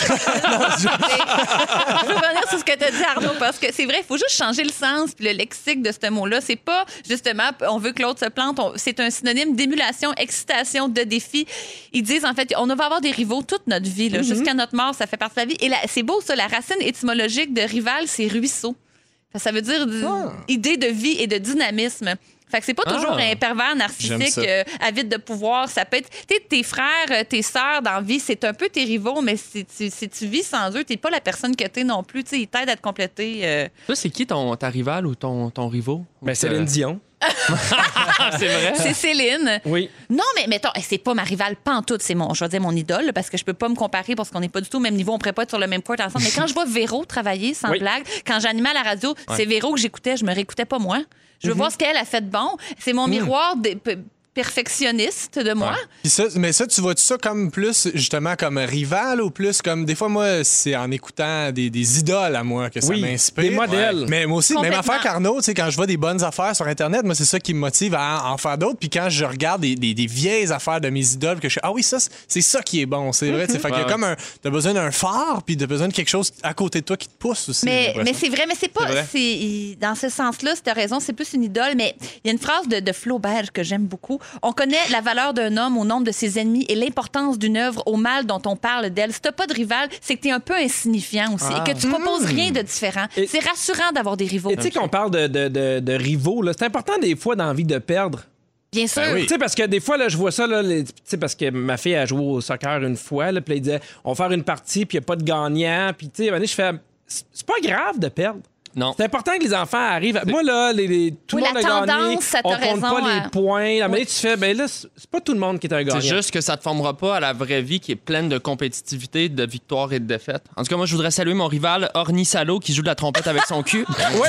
Je veux revenir sur ce que tu as dit, Arnaud, parce que c'est vrai, il faut juste changer le sens puis le lexique de ce mot-là. C'est pas justement on veut que l'autre se plante. C'est un synonyme d'émulation, excitation, de défi. Ils disent en fait, on va avoir des rivaux toute notre vie, là, jusqu'à notre mort, ça fait partie de la vie. Et c'est beau ça, la racine étymologique de rival, c'est ruisseau. Ça veut dire idée de vie et de dynamisme. Fait que c'est pas toujours un pervers narcissique avide de pouvoir. Ça peut être tes frères, tes sœurs dans la vie, c'est un peu tes rivaux, mais si tu vis sans eux, t'es pas la personne que t'es non plus. T'sais, ils t'aident à te compléter. Toi, c'est qui ta rivale ou ton rivaux? Ben, Céline Dion. C'est vrai? C'est Céline. Oui. Non, mais mettons, c'est pas ma rivale pantoute, c'est je vais dire mon idole, parce que je peux pas me comparer parce qu'on n'est pas du tout au même niveau, on pourrait pas être sur le même court ensemble. Mais quand je vois Véro travailler, sans blague, quand j'animais à la radio, c'est Véro que j'écoutais, je me réécoutais pas moi. Je veux voir ce qu'elle a fait de bon. C'est mon miroir perfectionniste de moi. Puis mais ça, tu vois-tu ça comme plus, justement, comme rival ou plus comme... Des fois, moi, c'est en écoutant des idoles à moi que ça m'inspire. Des modèles. Mais moi aussi, même affaire qu'Arnaud, tu sais, quand je vois des bonnes affaires sur Internet, moi, c'est ça qui me motive à en faire d'autres. Puis quand je regarde des vieilles affaires de mes idoles, que je suis oui, ça, c'est ça qui est bon, c'est vrai. Fait qu'il y a comme t'as besoin d'un phare, puis t'as besoin de quelque chose à côté de toi qui te pousse aussi. Mais c'est vrai, mais c'est pas... dans ce sens-là, si t'as raison, c'est plus une idole, mais il y a une phrase de Flaubert que j'aime beaucoup. On connaît la valeur d'un homme au nombre de ses ennemis et l'importance d'une œuvre au mal dont on parle d'elle. Si t'as pas de rival, c'est que t'es un peu insignifiant aussi et que tu proposes rien de différent. C'est rassurant d'avoir des rivaux. Et tu sais qu'on parle de rivaux, là, c'est important des fois dans la vie de perdre. Bien sûr. Tu sais, parce que des fois, là, je vois ça, là, parce que ma fille a joué au soccer une fois, là, puis elle disait, on va faire une partie, puis il n'y a pas de gagnant. Puis, tu sais, je fais, c'est pas grave de perdre. Non. C'est important que les enfants arrivent. Moi, là, tout le monde a gagné. On compte pas les points. La tu fais, ben là, c'est pas tout le monde qui est un gagnant. C'est juste que ça te formera pas à la vraie vie qui est pleine de compétitivité, de victoires et de défaites. En tout cas, moi, je voudrais saluer mon rival Orny Salo qui joue de la trompette avec son cul. Ouais.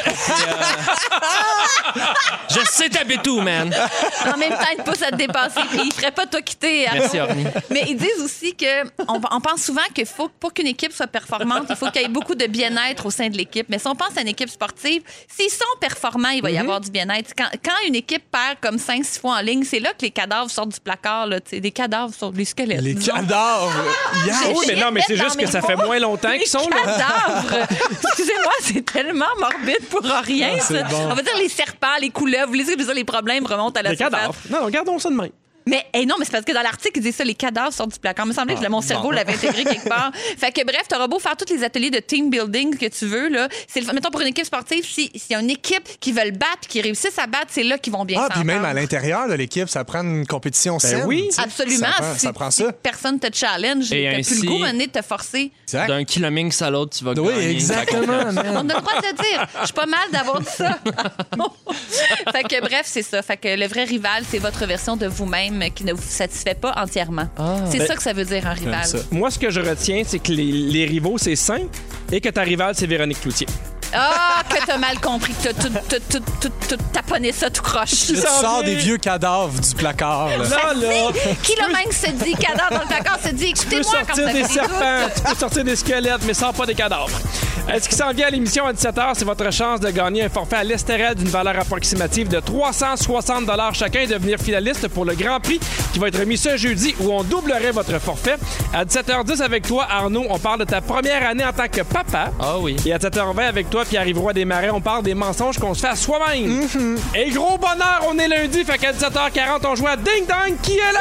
Je sais taper tout, man. En même temps, il te pousse à te dépasser, puis il ferait pas toi quitter. Merci, Orny. Mais ils disent aussi qu'on pense souvent que pour qu'une équipe soit performante, il faut qu'il y ait beaucoup de bien-être au sein de l'équipe. Mais si on pense à une équipe sportive, s'ils sont performants, il va y avoir du bien-être. Quand une équipe perd comme 5-6 fois en ligne, c'est là que les cadavres sortent du placard. Là, des cadavres sur les squelettes. Les cadavres! Oui, mais non, mais c'est juste que ça fait moins longtemps qu'ils sont là. Les cadavres! Excusez-moi, c'est tellement morbide pour rien. Ça. Bon. On va dire les serpents, les couleuvres, les problèmes remontent à la surface. Cadavres. Non, gardons ça de même. Mais non, mais c'est parce que dans l'article, ils disent ça, les cadavres sortent du placard. Il me semblait que mon cerveau l'avait intégré quelque part. Fait que bref, t'auras beau faire tous les ateliers de team building que tu veux, là. Mettons, pour une équipe sportive, s'il y a une équipe qui veut le battre, qui réussissent à battre, c'est là qu'ils vont bien s'entendre. Puis même à l'intérieur de l'équipe, ça prend une compétition saine. Oui, absolument. Ça prend ça. Personne te challenge, t'as plus le goût de te forcer. Exact. D'un kilomètre à l'autre, tu vas gagner. Oui, exactement. On a le droit de le dire. Je suis pas mal d'avoir dit ça. Fait que bref, c'est ça. Fait que le vrai rival, c'est votre version de vous-même qui ne vous satisfait pas entièrement. C'est ça que ça veut dire, un rival. Moi, ce que je retiens, c'est que les rivaux, c'est sain et que ta rivale, c'est Véronique Cloutier. Que t'as mal compris, que t'as tout taponné ça tout croche. Tu sors des vieux cadavres du placard. Là. Kilomètre se dit, cadavre dans le placard se dit, écoutez-moi quand ça fait des serpents, tu peux sortir des squelettes, mais sors pas des cadavres. Ce qui s'en vient à l'émission à 17h, c'est votre chance de gagner un forfait à l'Estérel d'une valeur approximative de 360 $ chacun et devenir finaliste pour le Grand Prix qui va être remis ce jeudi où on doublerait votre forfait. À 17h10 avec toi, Arnaud, on parle de ta première année en tant que papa. Ah oui. Et à 17h20 avec toi, Pierre-Yves Roy Desmarais, on parle des mensonges qu'on se fait à soi-même. Et gros bonheur, on est lundi, fait qu'à 17h40, on joue à Ding Dong qui est là!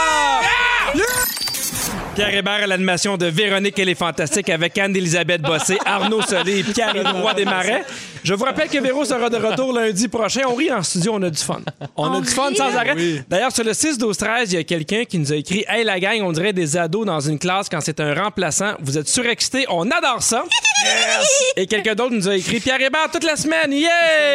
Pierre Hébert à l'animation de Véronique et les Fantastiques avec Anne-Élisabeth Bossé, Arnaud Solé et Pierre-Yves Roy Desmarais. Je vous rappelle que Véro sera de retour lundi prochain. On rit en studio, on a du fun. On a du fun sans arrêt. Oui. D'ailleurs, sur le 6-12-13, il y a quelqu'un qui nous a écrit « Hey, la gang, on dirait des ados dans une classe quand c'est un remplaçant. Vous êtes surexcités, on adore ça. » Yes! Et quelqu'un d'autre nous a écrit « Pierre Hébert toute la semaine, yeah! »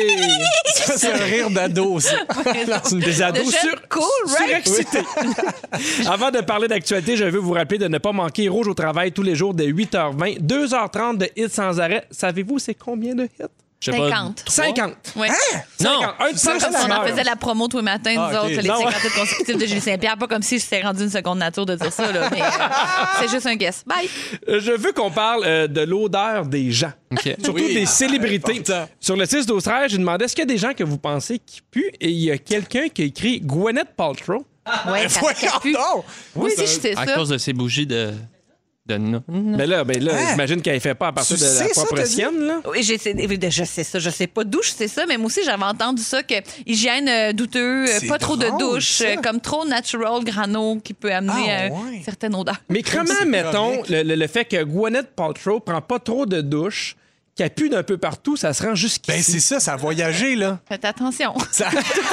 Ça, c'est un rire d'ado, ça. Des ados surexcités. Avant de parler d'actualité, je veux vous rappeler de ne pas manquer Rouge au travail tous les jours de 8h20, 2h30 de hits sans arrêt. Savez-vous c'est combien de hits? 50. 50. Oui. Hein? Non. On en faisait la promo tous les matins, nous autres, les 50 hits consécutifs de Julie Saint-Pierre. Pas comme si je t'ai rendu une seconde nature de dire ça, là, mais c'est juste un guess. Bye. Je veux qu'on parle de l'odeur des gens. Okay. Surtout des célébrités. Sur le 6-12-13, j'ai demandé est-ce qu'il y a des gens que vous pensez qui puent? Et il y a quelqu'un qui a écrit Gwyneth Paltrow. Oui, ça pue. Moi aussi, je sais ça. À cause de ces bougies de non. Mais là, j'imagine qu'elle ne fait pas à partir de la propre sienne. Là. Oui, je sais ça. Je sais pas d'où je sais ça, mais moi aussi, j'avais entendu ça, que hygiène douteuse, pas trop de douche, comme trop natural grano qui peut amener certaines odeurs. Mais comment, mettons, le fait que Gwyneth Paltrow prend pas trop de douche, qu'elle pue d'un peu partout, ça se rend jusqu'ici. Ben c'est ça a voyagé, là. Faites attention. Ça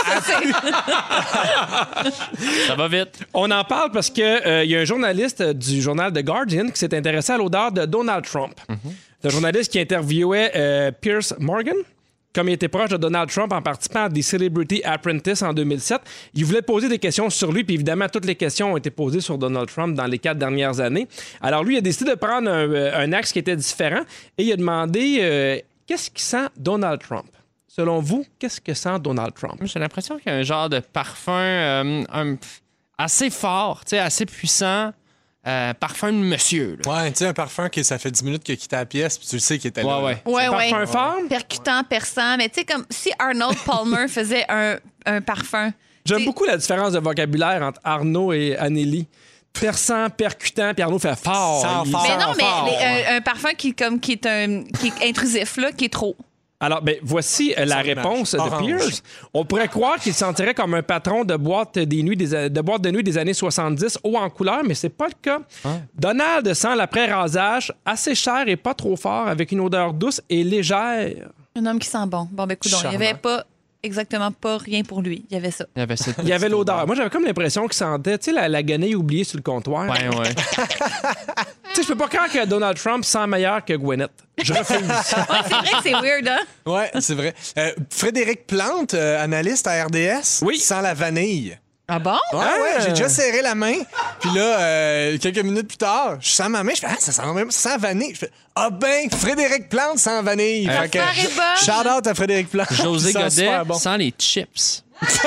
va vite. On en parle parce que y a un journaliste du journal The Guardian qui s'est intéressé à l'odeur de Donald Trump. C'est un journaliste qui interviewait Piers Morgan. Comme il était proche de Donald Trump en participant à des Celebrity Apprentice en 2007, il voulait poser des questions sur lui, puis évidemment, toutes les questions ont été posées sur Donald Trump dans les 4 dernières années. Alors lui, il a décidé de prendre un axe qui était différent et il a demandé qu'est-ce qui sent Donald Trump? Selon vous, qu'est-ce que sent Donald Trump? J'ai l'impression qu'il y a un genre de parfum assez fort, assez puissant. Parfum de monsieur. Là. Ouais, tu sais, un parfum que ça fait 10 minutes qu'il a quitté la pièce, puis tu le sais qu'il était là. Ouais. Parfum fort? Percutant, perçant. Mais tu sais, comme si Arnold Palmer faisait un parfum. J'aime beaucoup la différence de vocabulaire entre Arnaud et Anneli. Perçant, percutant, puis Arnaud fait fort. Mais non, mais un parfum qui est intrusif, là, qui est trop. Alors, voici la réponse de Pierce. On pourrait croire qu'il sentirait comme un patron de boîte de nuit des années 70, haut en couleur, mais c'est pas le cas. Donald sent l'après-rasage assez cher et pas trop fort, avec une odeur douce et légère. Un homme qui sent bon. Bon, écoute, il n'y avait pas exactement pas rien pour lui. Il y avait ça. Il y avait l'odeur. Moi, j'avais comme l'impression qu'il sentait, tu sais, la guenille oubliée sur le comptoir. Ouais. Tu sais, je peux pas croire que Donald Trump sent meilleur que Gwyneth. Je refuse. C'est vrai que c'est weird, hein? Ouais, c'est vrai. Frédéric Plante, analyste à RDS, sent la vanille. Ah bon? Ouais, j'ai déjà serré la main. Puis là, quelques minutes plus tard, je sens ma main, je fais ça sent vanille. Je fais Frédéric Plante sent vanille. Fait que shout out à Frédéric Plante. José Godet sent les chips.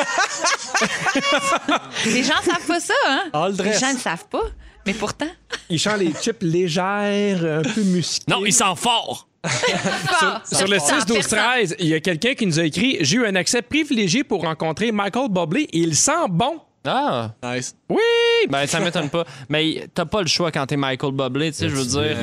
Les gens savent pas ça, hein? Les gens ne savent pas, mais pourtant. Il sent les chips légères, un peu musquées. Non, il sent fort. Sur le 6-12-13, il y a quelqu'un qui nous a écrit « J'ai eu un accès privilégié pour rencontrer Michael Bublé et il sent bon. » Ah! Nice. Oui! Ben, ça m'étonne pas. Mais t'as pas le choix quand t'es Michael Bublé, tu sais, je veux dire.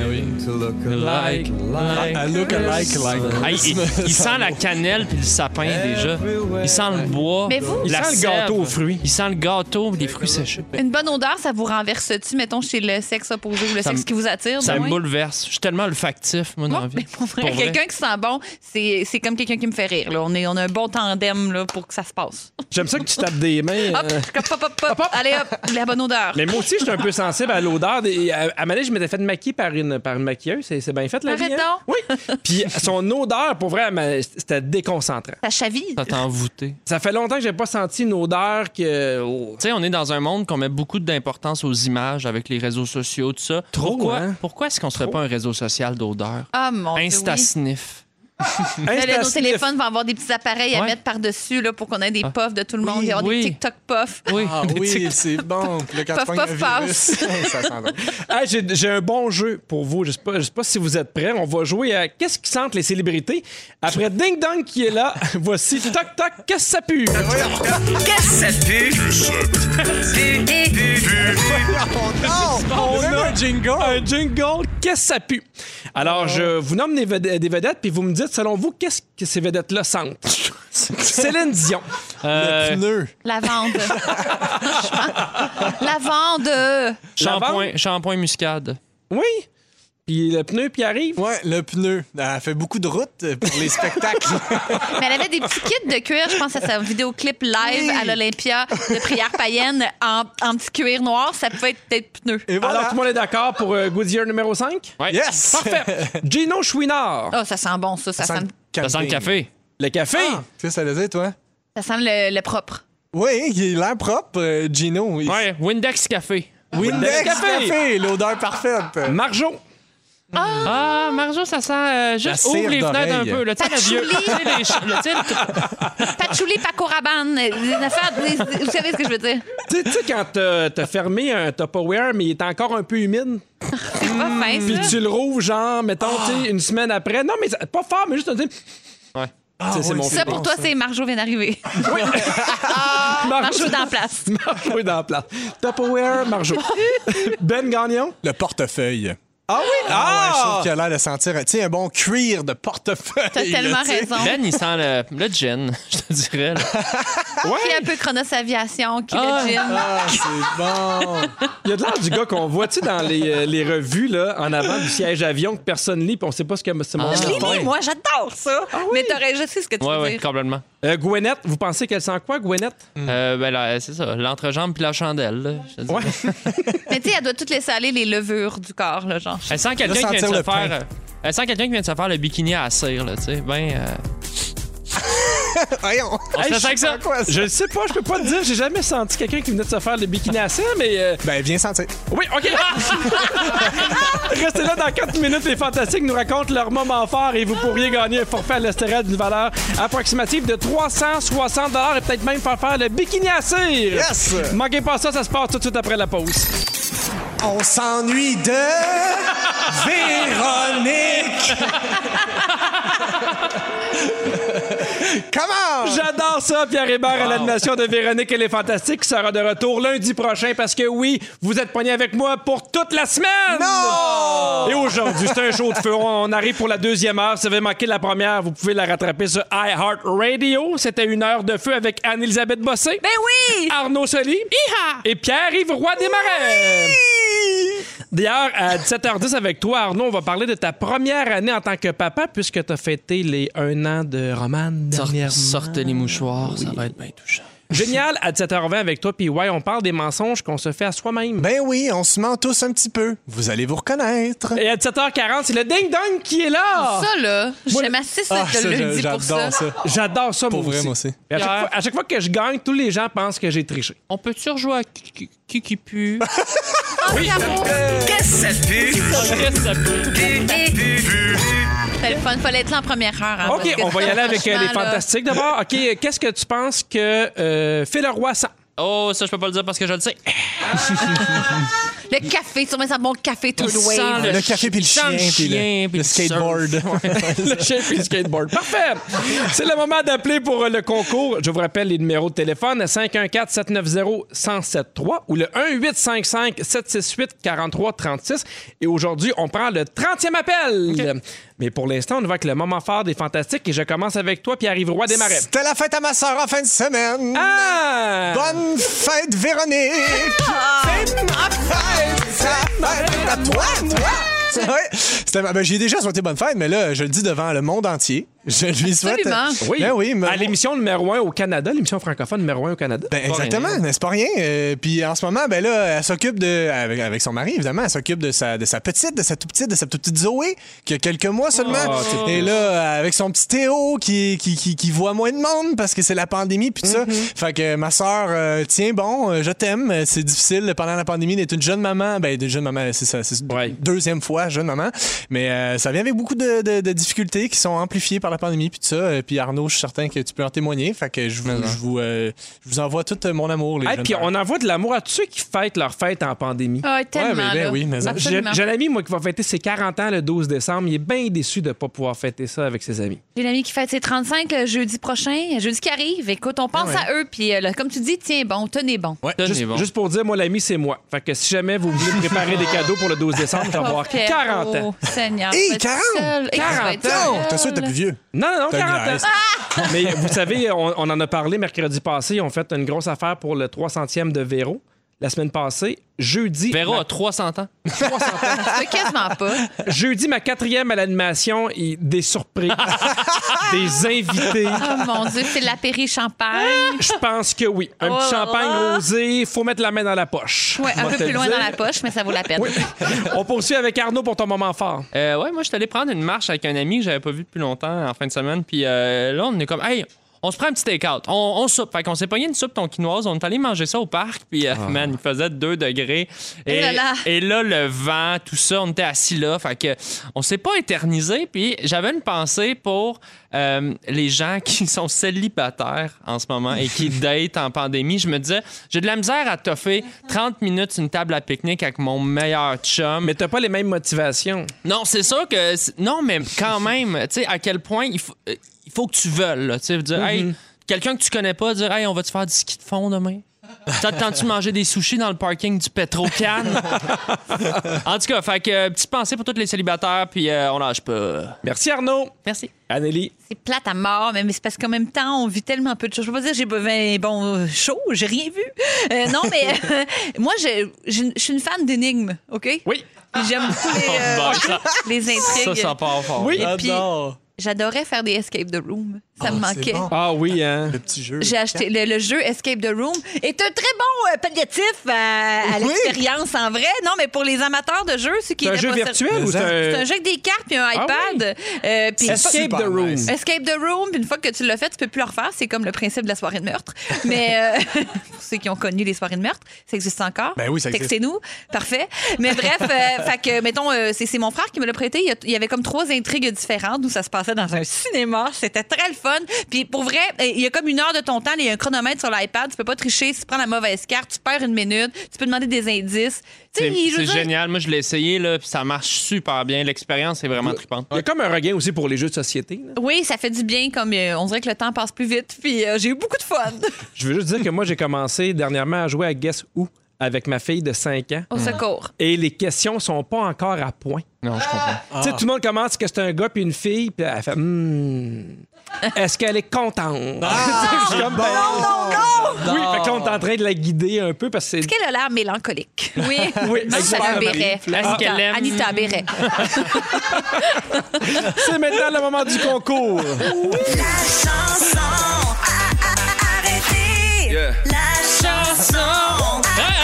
Il sent la cannelle puis le sapin, déjà. Il sent le bois. Mais vous? Il sent le gâteau aux fruits. Il sent le gâteau et les fruits séchés. Une bonne odeur, ça vous renverse-tu, mettons, chez le sexe opposé ou le sexe qui vous attire? Ça me bouleverse. Je suis tellement olfactif, moi, dans la vie. Pour vrai, quelqu'un qui sent bon, c'est comme quelqu'un qui me fait rire. Là. On a un bon tandem là, pour que ça se passe. J'aime ça que tu tapes des mains. Hop. Allez, hop, la bonne odeur. Mais moi aussi, je suis un peu sensible à l'odeur. À Mané, je m'étais fait maquiller par une maquilleuse. C'est bien fait, la vie. Hein? Oui. Puis son odeur, pour vrai, c'était déconcentrant. Ça chaville. Ça t'a envoûté. Ça fait longtemps que j'ai pas senti une odeur que... Tu sais, on est dans un monde qu'on met beaucoup d'importance aux images avec les réseaux sociaux, tout ça. Pourquoi est-ce qu'on se ferait pas un réseau social d'odeur? Ah, mon Dieu, Insta-sniff. Là, nos téléphones vont avoir des petits appareils à mettre par-dessus là, pour qu'on ait des puffs de tout le monde. Il va y avoir des TikTok puffs. Oui, c'est bon. Puis là, quand Puff, tu pognes puff, le virus, ça sent bon. Hey, j'ai un bon jeu pour vous. Je sais pas si vous êtes prêts. On va jouer à Qu'est-ce qui sentent les célébrités? Après Ding Dong qui est là, voici Toc Toc, qu'est-ce que ça pue? Qu'est-ce que ça pue? On a un jingle. Un jingle, qu'est-ce que ça pue? Alors, je vous nomme des vedettes, puis vous me dites, selon vous, qu'est-ce que ces vedettes-là sentent? Céline Dion. Le pneu. Lavande. Lavande. Shampoing muscade. Oui. Puis le pneu, puis arrive. Ouais, le pneu. Elle fait beaucoup de routes pour les spectacles. Mais elle avait des petits kits de cuir, je pense à sa vidéoclip live à l'Olympia de prière païenne en petit cuir noir. Ça pouvait être peut-être pneu. Et voilà. Alors, tout le monde est d'accord pour Goodyear numéro 5? Ouais. Yes! Parfait. Gino Chouinard. Oh, ça sent bon, ça. Ça sent Ça sent le café. Le café. Qu'est-ce que ça veut dire, toi? le propre. Oui, il a l'air propre, Gino. Ouais, Windex café. Windex Café. Café, l'odeur parfaite. Marjo. Ah, Marjo, ça sent juste La ouvre cire les fenêtres un d'oreille. peu. Là, tu sais, le vieux. Tu sais, Patchouli, Paco Rabanne. Vous savez ce que je veux dire? Tu sais, quand t'as fermé un Tupperware, mais il est encore un peu humide, C'est pas fin, puis ça. tu le rouvres, genre, mettons, tu sais, une semaine après. Non, mais pas fort, mais juste un petit. Ouais. C'est mon Ça, pour toi, c'est Marjo vient d'arriver. Marjo dans la place. Marjo est dans la place. Tupperware, Marjo. Ben Gagnon. Le portefeuille. Ah oui? Ouais, je trouve qu'il a l'air de sentir, tu sais, un bon cuir de portefeuille. T'as tellement là, tu sais. raison. Ben, il sent le gin, je te dirais. Là. Qui est un peu Chronos Aviation, qui le gym. Ah, c'est bon. Il y a de l'air du gars qu'on voit, tu sais, dans les revues, là, en avant du siège avion que personne lit, puis on sait pas ce que c'est mon Je l'ai mis, moi, j'adore ça. Mais je sais ce que tu veux Ouais, dire. complètement. Gwyneth, vous pensez qu'elle sent quoi, Gwyneth? Ben là, c'est ça, l'entrejambe puis la chandelle. Là, je te dirais. Ouais. Mais tu sais, elle doit toutes laisser aller les levures du corps, là, genre. Elle sent quelqu'un qui vient de sentir se le faire. pain. Elle sent quelqu'un qui vient de se faire le bikini à la cire, là, tu sais. Voyons. On se laisse avec ça. Quoi, ça? Je le sais pas, je peux pas te dire. J'ai jamais senti quelqu'un qui venait de se faire le bikini à ça, mais. Ben, viens sentir. Oui, OK. Restez là dans 4 minutes. Les Fantastiques nous racontent leur moment fort et vous pourriez gagner un forfait à l'Estérade d'une valeur approximative de 360 et peut-être même faire le bikini à cire. Yes! Manquez pas ça, ça se passe tout de suite après la pause. On s'ennuie de Véronique. Comment? J'adore ça, Pierre Hébert à l'animation de Véronique et les Fantastiques qui sera de retour lundi prochain parce que oui, vous êtes pognés avec moi pour toute la semaine! Non! Et aujourd'hui, c'est un show de feu. On arrive pour la deuxième heure. Si vous avez manqué la première, vous pouvez la rattraper sur iHeartRadio. C'était une heure de feu avec Anne-Elisabeth Bossé. Ben oui! Arnaud Soli. Et Pierre-Yves Roy Desmarais. D'ailleurs, à 17h10 avec toi, Arnaud, on va parler de ta première année en tant que papa puisque tu as fêté les 1 an de Romane dernièrement. Sortez les mouchoirs, ça va être bien touchant. Génial, à 17h20 avec toi, puis ouais, on parle des mensonges qu'on se fait à soi-même. Ben oui, on se ment tous un petit peu. Vous allez vous reconnaître. Et à 17h40, c'est le ding-dong qui est là! Ça, là, j'aime assez ça Ah, de le dire j'adore pour ça. ça. J'adore ça, Pour moi vrai, aussi. moi aussi. Et à chaque fois que je gagne, tous les gens pensent que j'ai triché. On peut-tu rejouer à qui pue? Oui. Qu'est-ce que ça pue? C'est le fun. Fallait être là en première heure. Hein, OK, parce que on va y aller avec les franchement, là, Fantastiques d'abord. OK, qu'est-ce que tu penses que Phil Roy sent? Oh, ça, je peux pas le dire parce que je le sais. Le café, sûrement ça bon café Third Il sent Wave. Le café puis le chien, puis le skateboard. Le chien et le skateboard. Parfait! C'est le moment d'appeler pour le concours. Je vous rappelle les numéros de téléphone 514-790-1073 ou le 1-855-768-4336. Et aujourd'hui, on prend le 30e appel. Okay. Mais pour l'instant, on va avec le moment fort des Fantastiques et je commence avec toi, Pierre-Yves Roy Desmarais. C'était la fête à ma soeur en fin de semaine. Ah! Bonne fête, Véronique! C'est ma fête! C'est la fête à toi! Ouais. J'ai déjà souhaité bonne fête, mais là, je le dis devant le monde entier. Je lui souhaite. Absolument. Oui. Ben oui, à l'émission numéro 1 au Canada, l'émission francophone numéro 1 au Canada. Ben exactement, mais c'est pas rien. Puis en ce moment, ben là, elle s'occupe de, avec son mari évidemment, elle s'occupe de sa toute petite Zoé qui a quelques mois seulement. Oh, et là, avec son petit Théo qui voit moins de monde parce que c'est la pandémie puis tout ça. Fait que ma sœur, tiens bon, je t'aime. C'est difficile pendant la pandémie d'être une jeune maman. Ben une jeune maman, c'est ça, c'est deuxième fois jeune maman. Mais ça vient avec beaucoup de difficultés qui sont amplifiées par la pandémie puis tout ça. Puis Arnaud, je suis certain que tu peux en témoigner. Fait que je vous envoie tout mon amour, les jeunes. Puis on envoie de l'amour à tous ceux qui fêtent leur fête en pandémie. Ah, tellement, oui, mais J'ai un ami, moi, qui va fêter ses 40 ans le 12 décembre. Il est bien déçu de ne pas pouvoir fêter ça avec ses amis. J'ai une amie qui fête ses 35 le jeudi prochain, jeudi qui arrive. Écoute, on pense à eux, puis comme tu dis, tiens bon, tenez bon. Ouais, Juste pour dire, moi, l'ami, c'est moi. Fait que si jamais vous voulez préparer des cadeaux pour le 12 décembre, je vais avoir 40 ans. Seigneur. Hey, 40! 40 ans! T'as sûr que t'es plus vieux? Non, 40 ans. Mais vous savez, on en a parlé mercredi passé. Ils ont fait une grosse affaire pour le 300e de Véro. La semaine passée, jeudi... Véro a 300 ans. 300 ans. Ça fait quasiment pas. Jeudi, ma 4e à l'animation, et des surprises, des invités. Oh mon Dieu, c'est de l'apéri-champagne. Je pense que oui. Un petit champagne rosé, faut mettre la main dans la poche. Ouais, un peu plus loin dans la poche, mais ça vaut la peine. Oui. On poursuit avec Arnaud pour ton moment fort. Ouais, moi, je suis allé prendre une marche avec un ami que j'avais pas vu depuis longtemps en fin de semaine. Puis là, on est comme, hey, on se prend un petit take-out. On soupe. Fait qu'on s'est pogné une soupe tonkinoise. On est allé manger ça au parc. Puis, man, il faisait 2 degrés. Et là, le vent, tout ça, on était assis là. Fait que on s'est pas éternisé. Puis, j'avais une pensée pour les gens qui sont célibataires en ce moment et qui datent en pandémie. Je me disais, j'ai de la misère à toffer 30 minutes sur une table à pique-nique avec mon meilleur chum. Mais t'as pas les mêmes motivations. Non, c'est sûr que... Non, mais quand même, tu sais, à quel point il faut que tu veuilles, tu sais, dire, hey, quelqu'un que tu connais pas, dire, hey, on va-tu faire du ski de fond demain? T'attends-tu manger des sushis dans le parking du Petro-Can? En tout cas, fait que petite pensée pour tous les célibataires, puis on lâche pas. Merci, Arnaud. Merci. Anneli. C'est plate à mort, mais c'est parce qu'en même temps, on vit tellement peu de choses. Je peux pas dire que j'ai besoin chaud, j'ai rien vu. Non, mais moi, je suis une fan d'énigmes, OK? Oui. Puis j'aime beaucoup les intrigues. Ça part fort. Oui. Et puis, j'adorais faire des Escape the Room. Ça me manquait. Bon. Ah oui, hein? Le petit jeu. J'ai acheté le jeu Escape the Room. Est un très bon palliatif à l'expérience en vrai. Non, mais pour les amateurs de jeux, ceux qui C'est un étaient jeu pas virtuel ou c'est un jeu avec des cartes puis un iPad. Puis Escape the Room. nice. Escape the Room, puis une fois que tu l'as fait, tu peux plus le refaire. C'est comme le principe de la soirée de meurtre. Mais pour ceux qui ont connu les soirées de meurtre, ça existe encore. Ben oui, ça existe. Textez-nous. Parfait. Mais bref, fait que, mettons, c'est mon frère qui me l'a prêté. Il y avait comme 3 intrigues différentes où ça se passait dans un cinéma. C'était très le fun. Puis pour vrai, il y a comme 1 heure de ton temps. Il y a un chronomètre sur l'iPad. Tu peux pas tricher. Si tu prends la mauvaise carte, tu perds 1 minute. Tu peux demander des indices. C'est génial. Moi, je l'ai essayé, là, puis ça marche super bien. L'expérience est vraiment trippante. Il y a comme un regain aussi pour les jeux de société. Là. Oui, ça fait du bien. Comme on dirait que le temps passe plus vite. Puis j'ai eu beaucoup de fun. Je veux juste dire que moi, j'ai commencé dernièrement à jouer à Guess Who avec ma fille de 5 ans. Au secours. Et les questions sont pas encore à point. Non, je comprends. Tu sais, tout le monde commence que c'est un gars puis une fille, puis elle fait est-ce qu'elle est contente? Je suis comme, Non! Oui, fait que là, on est en train de la guider un peu parce que c'est. Est-ce qu'elle a l'air mélancolique? Oui. Oui, Non, ça a un béret. Est-ce qu'elle aime? Anita béret. C'est maintenant le moment du concours. La chanson arrêtez. La chanson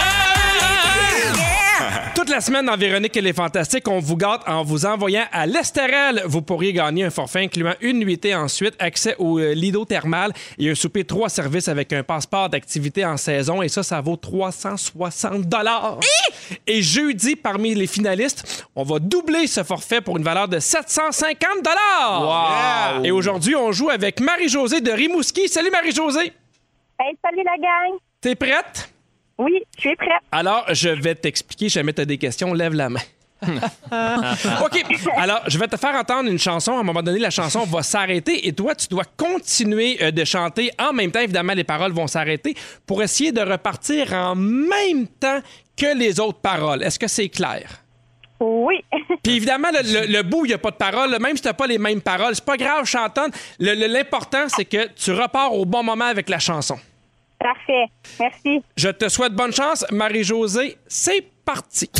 Toute la semaine dans Véronique et les Fantastiques, on vous gâte en vous envoyant à l'Estérel. Vous pourriez gagner un forfait incluant une nuitée ensuite, accès au Lido thermal et un souper 3 services avec un passeport d'activité en saison. Et ça vaut 360 $. Et jeudi, parmi les finalistes, on va doubler ce forfait pour une valeur de 750 $. Wow! Et aujourd'hui, on joue avec Marie-Josée de Rimouski. Salut Marie-Josée! Hey, salut la gang! T'es prête? Oui, je suis prête. Alors, je vais t'expliquer. Jamais tu as des questions, lève la main. OK. Alors, je vais te faire entendre une chanson. À un moment donné, la chanson va s'arrêter et toi, tu dois continuer de chanter. En même temps, évidemment, les paroles vont s'arrêter pour essayer de repartir en même temps que les autres paroles. Est-ce que c'est clair? Oui. Puis évidemment, le bout, il n'y a pas de paroles. Même si tu n'as pas les mêmes paroles, c'est pas grave, chantonne. L'important, c'est que tu repars au bon moment avec la chanson. Parfait. Merci. Je te souhaite bonne chance. Marie-Josée, c'est parti.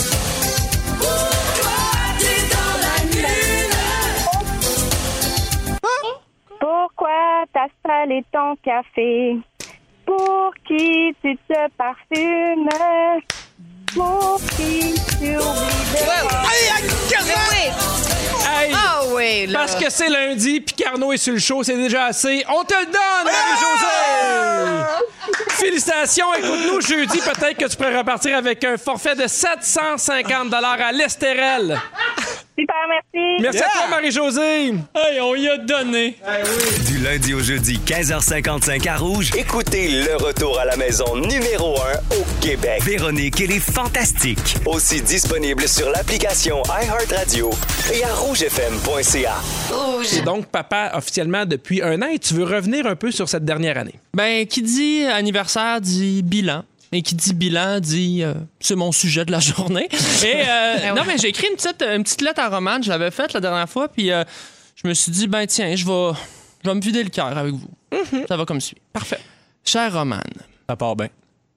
Pourquoi t'as salé ton café? Pour qui tu te parfumes? Pour qui tu oublies de... Hey, Ah oui, là. parce que c'est lundi, puis Carnot est sur le show, c'est déjà assez. On te le donne, Marie-Josée! Félicitations, écoute-nous jeudi, peut-être que tu pourrais repartir avec un forfait de 750 $ à l'Estérel. Super, merci. Merci à toi, Marie-Josée. Hey, on y a donné. Du lundi au jeudi, 15h55 à Rouge. Écoutez le retour à la maison numéro 1 au Québec. Véronique et les Fantastiques. Aussi disponible sur l'application iHeartRadio et à rougefm.ca. Et donc, papa, officiellement, depuis 1 an, et tu veux revenir un peu sur cette dernière année. Ben, qui dit anniversaire dit bilan. Et qui dit bilan dit c'est mon sujet de la journée. Et non, mais j'ai écrit une petite lettre à Romane, je l'avais faite la dernière fois, puis je me suis dit, ben tiens, je vais me vider le cœur avec vous. Ça va comme suit. Parfait. Chère Romane. Ça part bien.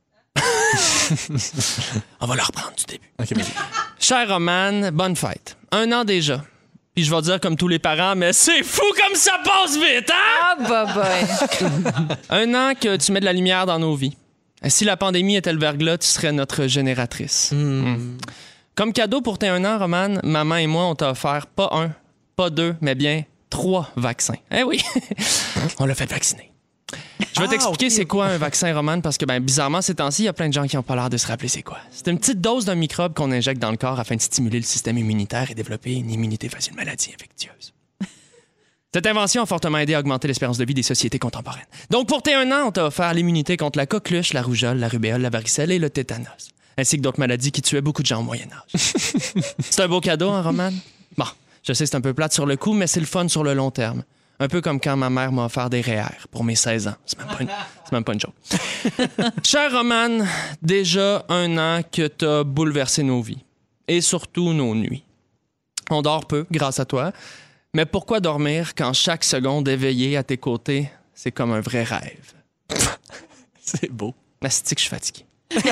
On va le reprendre du début. OK, vas-y. Chère Romane, bonne fête. 1 an déjà. Puis je vais dire comme tous les parents, mais c'est fou comme ça passe vite, hein? Ah, boy. 1 an que tu mets de la lumière dans nos vies. Si la pandémie était le verglas, tu serais notre génératrice. Comme cadeau pour tes 1 an, Romane, maman et moi, on t'a offert pas 1, pas 2, mais bien 3 vaccins. Eh oui, on l'a fait vacciner. Je vais t'expliquer c'est quoi un vaccin, Romane, parce que ben, bizarrement, ces temps-ci, il y a plein de gens qui n'ont pas l'air de se rappeler c'est quoi. C'est une petite dose d'un microbe qu'on injecte dans le corps afin de stimuler le système immunitaire et développer une immunité face à une maladie infectieuse. Cette invention a fortement aidé à augmenter l'espérance de vie des sociétés contemporaines. Donc, pour tes 1 an, on t'a offert l'immunité contre la coqueluche, la rougeole, la rubéole, la varicelle et le tétanos, ainsi que d'autres maladies qui tuaient beaucoup de gens au Moyen-Âge. C'est un beau cadeau, hein, Romane? Bon, je sais, c'est un peu plate sur le coup, mais c'est le fun sur le long terme. Un peu comme quand ma mère m'a offert des REER pour mes 16 ans. C'est même pas une joke. Chère Romane, déjà 1 an que t'as bouleversé nos vies. Et surtout nos nuits. On dort peu, grâce à toi. Mais pourquoi dormir quand chaque seconde éveillée à tes côtés, c'est comme un vrai rêve? C'est beau. Mastique, je suis fatigué.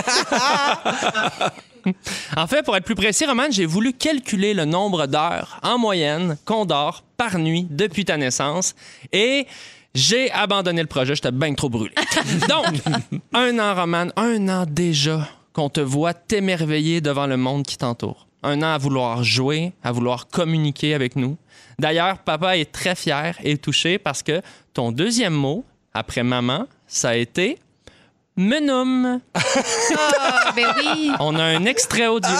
En fait, pour être plus précis, Romane, j'ai voulu calculer le nombre d'heures en moyenne qu'on dort par nuit depuis ta naissance et j'ai abandonné le projet. J'étais bien trop brûlé. Donc, 1 an, Romane, 1 an déjà qu'on te voit t'émerveiller devant le monde qui t'entoure. 1 an à vouloir jouer, à vouloir communiquer avec nous. D'ailleurs, papa est très fier et touché parce que ton 2e mot, après maman, ça a été « Menum ». Ah, ben oui. On a un extrait audio.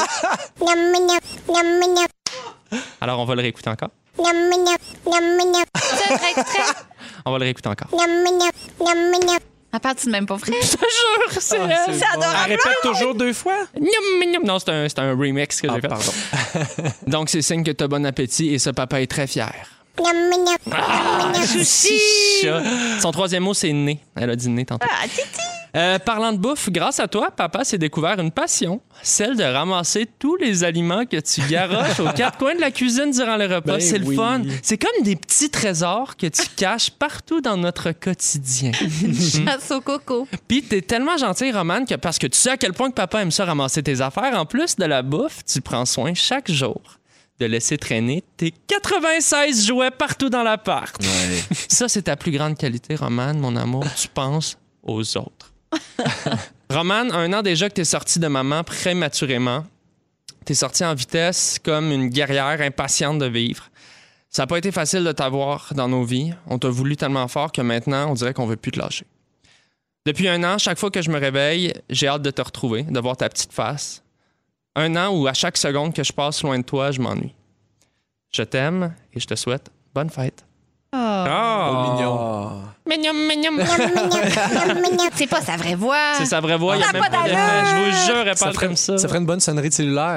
Alors, on va le réécouter encore. C'est un vrai extrait. On va le réécouter encore. À part, tu même pas vrai. Je te jure, c'est elle. C'est adorable. Elle répète toujours 2 fois? Non, c'est un remix que j'ai fait. Pardon. Donc, c'est signe que t'as bon appétit et ce papa est très fier. Son 3e mot, c'est nez. Elle a dit nez tantôt. Ah, titi. Parlant de bouffe, grâce à toi, papa s'est découvert une passion, celle de ramasser tous les aliments que tu garoches aux 4 coins de la cuisine durant le repas. Ben c'est oui. le fun. C'est comme des petits trésors que tu caches partout dans notre quotidien. Chasse au coco. Puis t'es tellement gentil, Romane, que parce que tu sais à quel point que papa aime ça ramasser tes affaires, en plus de la bouffe, tu prends soin chaque jour de laisser traîner tes 96 jouets partout dans l'appart. Ouais. Ça, c'est ta plus grande qualité, Romane, mon amour. Tu penses aux autres. Romane, 1 an déjà que t'es sortie de maman prématurément. T'es sortie en vitesse comme une guerrière impatiente de vivre. Ça n'a pas été facile de t'avoir dans nos vies. On t'a voulu tellement fort que maintenant, on dirait qu'on veut plus te lâcher. Depuis 1 an, chaque fois que je me réveille, j'ai hâte de te retrouver, de voir ta petite face. 1 an où à chaque seconde que je passe loin de toi, je m'ennuie. Je t'aime et je te souhaite bonne fête. Oh, mignon. C'est pas sa vraie voix. C'est sa vraie voix. Il y a Ça même a pas pas d'effet. d'allure. Je vous jure, elle Ça parle comme ça. ferait une bonne sonnerie de cellulaire.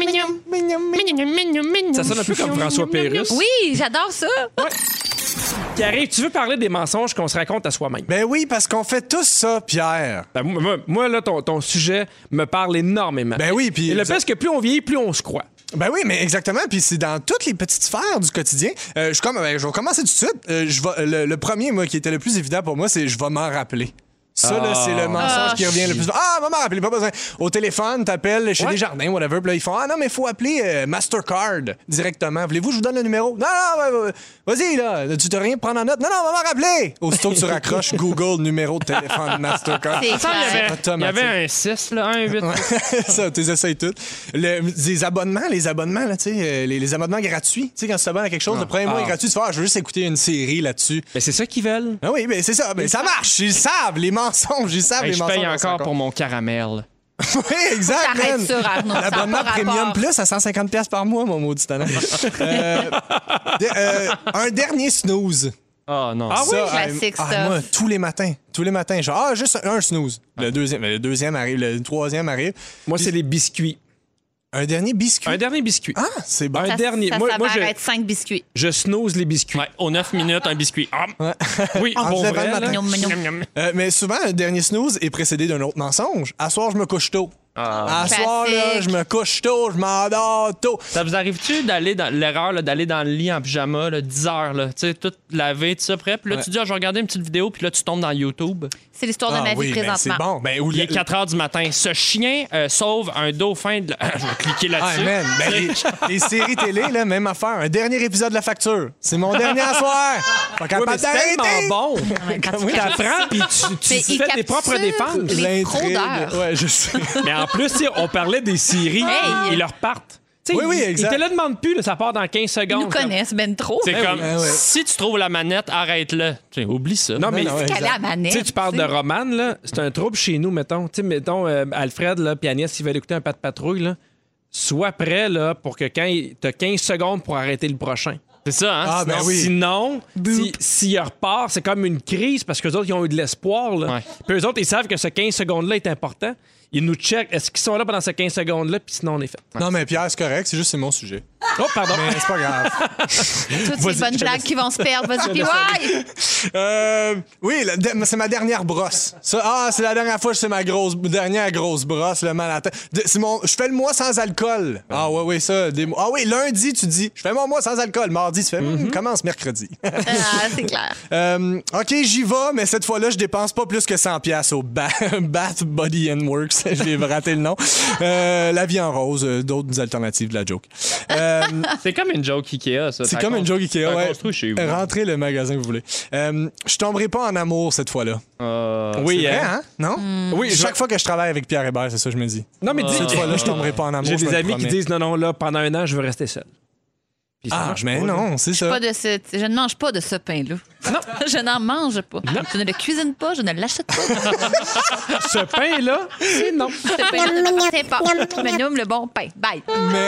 Ça sonne un peu comme François Pérusse. Oui, j'adore ça. Pierre, tu veux parler des mensonges qu'on se raconte à soi-même? Ben oui, parce qu'on fait tous ça, Pierre. Ben, moi, là, ton sujet me parle énormément. Ben oui, puis... Et le pire, c'est que plus on vieillit, plus on se croit. Ben oui, mais exactement. Puis c'est dans toutes les petites sphères du quotidien. Je vais commencer tout de suite. Le premier, moi, qui était le plus évident pour moi, c'est je vais m'en rappeler. Ça, là, c'est le mensonge qui revient le plus. Ah, maman, rappelez pas besoin. Au téléphone, t'appelles chez Desjardins, whatever. Puis là, ils font ah non, mais il faut appeler Mastercard directement. Voulez-vous que je vous donne le numéro? Non, vas-y, là. Tu t'as rien prendre en note? Non, maman, rappelez. Aussitôt que tu raccroches Google numéro de téléphone Mastercard. C'est Il y automatique. avait un 6, là, un 8. Ça, tu essayes tout. Les abonnements, là, tu sais, les abonnements gratuits. Tu sais, quand tu t'abonnes à quelque chose, le premier mois est gratuit, tu fais je veux juste écouter une série là-dessus. Ben, c'est ça qu'ils veulent. Ah oui, ben c'est ça. Ben, ça marche. Ils savent les mensonges. Ils savent les Je mensonges. paye encore pour mon caramel. Oui, exact, T'arrêtes man. ça, Arnaud. Ça a L'abonnement pas Premium rapport. Plus à 150$ par mois, mon maudit talent. Un dernier snooze. Ah non. Ah oui? Classique stuff. Moi, tous les matins, genre, juste un snooze. Le deuxième arrive, le troisième arrive. Moi, c'est les biscuits. Un dernier biscuit. Un dernier biscuit. Ah, c'est bon. Un dernier. Ça Moi, s'avère être 5 biscuits. je snooze les biscuits. Ouais, aux 9 minutes, un biscuit. Ah. Oui, En pour se levant vrai, le matin. là. Mignon, mignon. Mais souvent, un dernier snooze est précédé d'un autre mensonge. À soir, je me couche tôt. À soir, là, Classique. je me couche tôt, je m'endors tôt. Ça vous arrive-tu d'aller dans l'erreur là, d'aller dans le lit en pyjama là, 10 heures, là, tu sais, tout lavé, tout ça prêt, puis là, tu dis, je vais regarder une petite vidéo, puis là, tu tombes dans YouTube. C'est l'histoire de ma vie oui, ben, c'est présentement. bon. Ben, ou Il est 4 heures du matin. Ce chien sauve un dauphin de... Je vais cliquer Ah, là-dessus. man, ben, les séries télé, là, même affaire. Un dernier épisode de La Facture. C'est mon dernier à soir. Pas Oui, capable mais c'est d'arrêter. tellement bon. Quand tu T'apprends, puis tu Mais il fais tes propres capture défenses. les L'intrigue. fraudeurs. Ouais, je sais. Mais en plus, tu sais, on parlait des séries, Hey! ils leur partent. Tu sais, Oui, ils exact. te le demandent plus, là, ça part dans 15 Ils secondes. nous connaissent ben trop. C'est comme, oui. Ouais. si tu trouves la manette, arrête-le. Tu sais, oublie ça. Non, mais Non, non, Qu'elle est à tu manette. sais, tu parles de Romane, là, c'est un trouble chez nous, mettons. Tu sais, mettons, Alfred, là, puis Agnès, s'ils veulent écouter un pas de patrouille, là, sois prêt, là, pour que quand t'as 15 secondes pour arrêter le prochain. C'est ça, hein? Ah, ben oui. Sinon, s'il repart, c'est comme une crise parce que les autres, ils ont eu de l'espoir. Là. Ouais. Puis eux autres, ils savent que ce 15 secondes-là est important. Ils nous checkent. Est-ce qu'ils sont là pendant ces 15 secondes-là? Puis sinon, on est fait. Non, mais Pierre, c'est correct. C'est juste c'est mon sujet. Oh, pardon. Mais c'est pas grave. Toutes ces bonnes blagues qui vont se perdre. Vas-y, puis ouais! Oui, c'est ma dernière brosse. Ça, c'est la dernière fois que c'est ma dernière grosse brosse, le mal à la tête. Je fais le mois sans alcool. Ah oui, ça. Oui, lundi, tu dis, je fais mon mois sans alcool. Mardi, tu fais, commence mercredi. C'est clair. OK, j'y vais, mais cette fois-là, je dépense pas plus que 100$ au Bath Body and Works. J'ai raté le nom. La vie en rose, d'autres alternatives de la joke. C'est comme une joke Ikea, ça. C'est comme une joke Ikea, ouais. construit chez vous. Rentrez le magasin que vous voulez. Je tomberai pas en amour cette fois-là. Oui, C'est vrai, hein? hein? Non? Oui, Chaque fois que je travaille avec Pierre Hébert, c'est ça que je me dis. Non, mais dis. Cette fois-là, je tomberai pas en amour. J'ai je des te le amis qui promets. disent non, là, pendant un an, je veux rester seul. Puis ça Ah, marche mais pas, là. non, c'est ça. Je ne mange pas de ce pain-là. Non. Je n'en mange pas. Je ne le cuisine pas, je ne l'achète pas. Ce pain-là, c'est non. Ce pain-là ne m'appartient pas. Je me nomme le bon pain. Bye.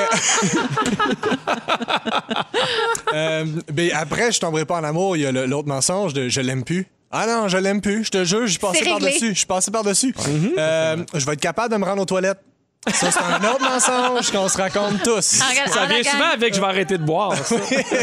Mais après, je tomberai pas en amour. Il y a l'autre mensonge de je l'aime plus. Ah non, je l'aime plus. Je te jure, je suis passé C'est réglé. par-dessus. Je suis passé par-dessus. Je vais être capable de me rendre aux toilettes. Ça, c'est un autre mensonge qu'on se raconte tous. Ça vient souvent avec je vais arrêter de boire. ça.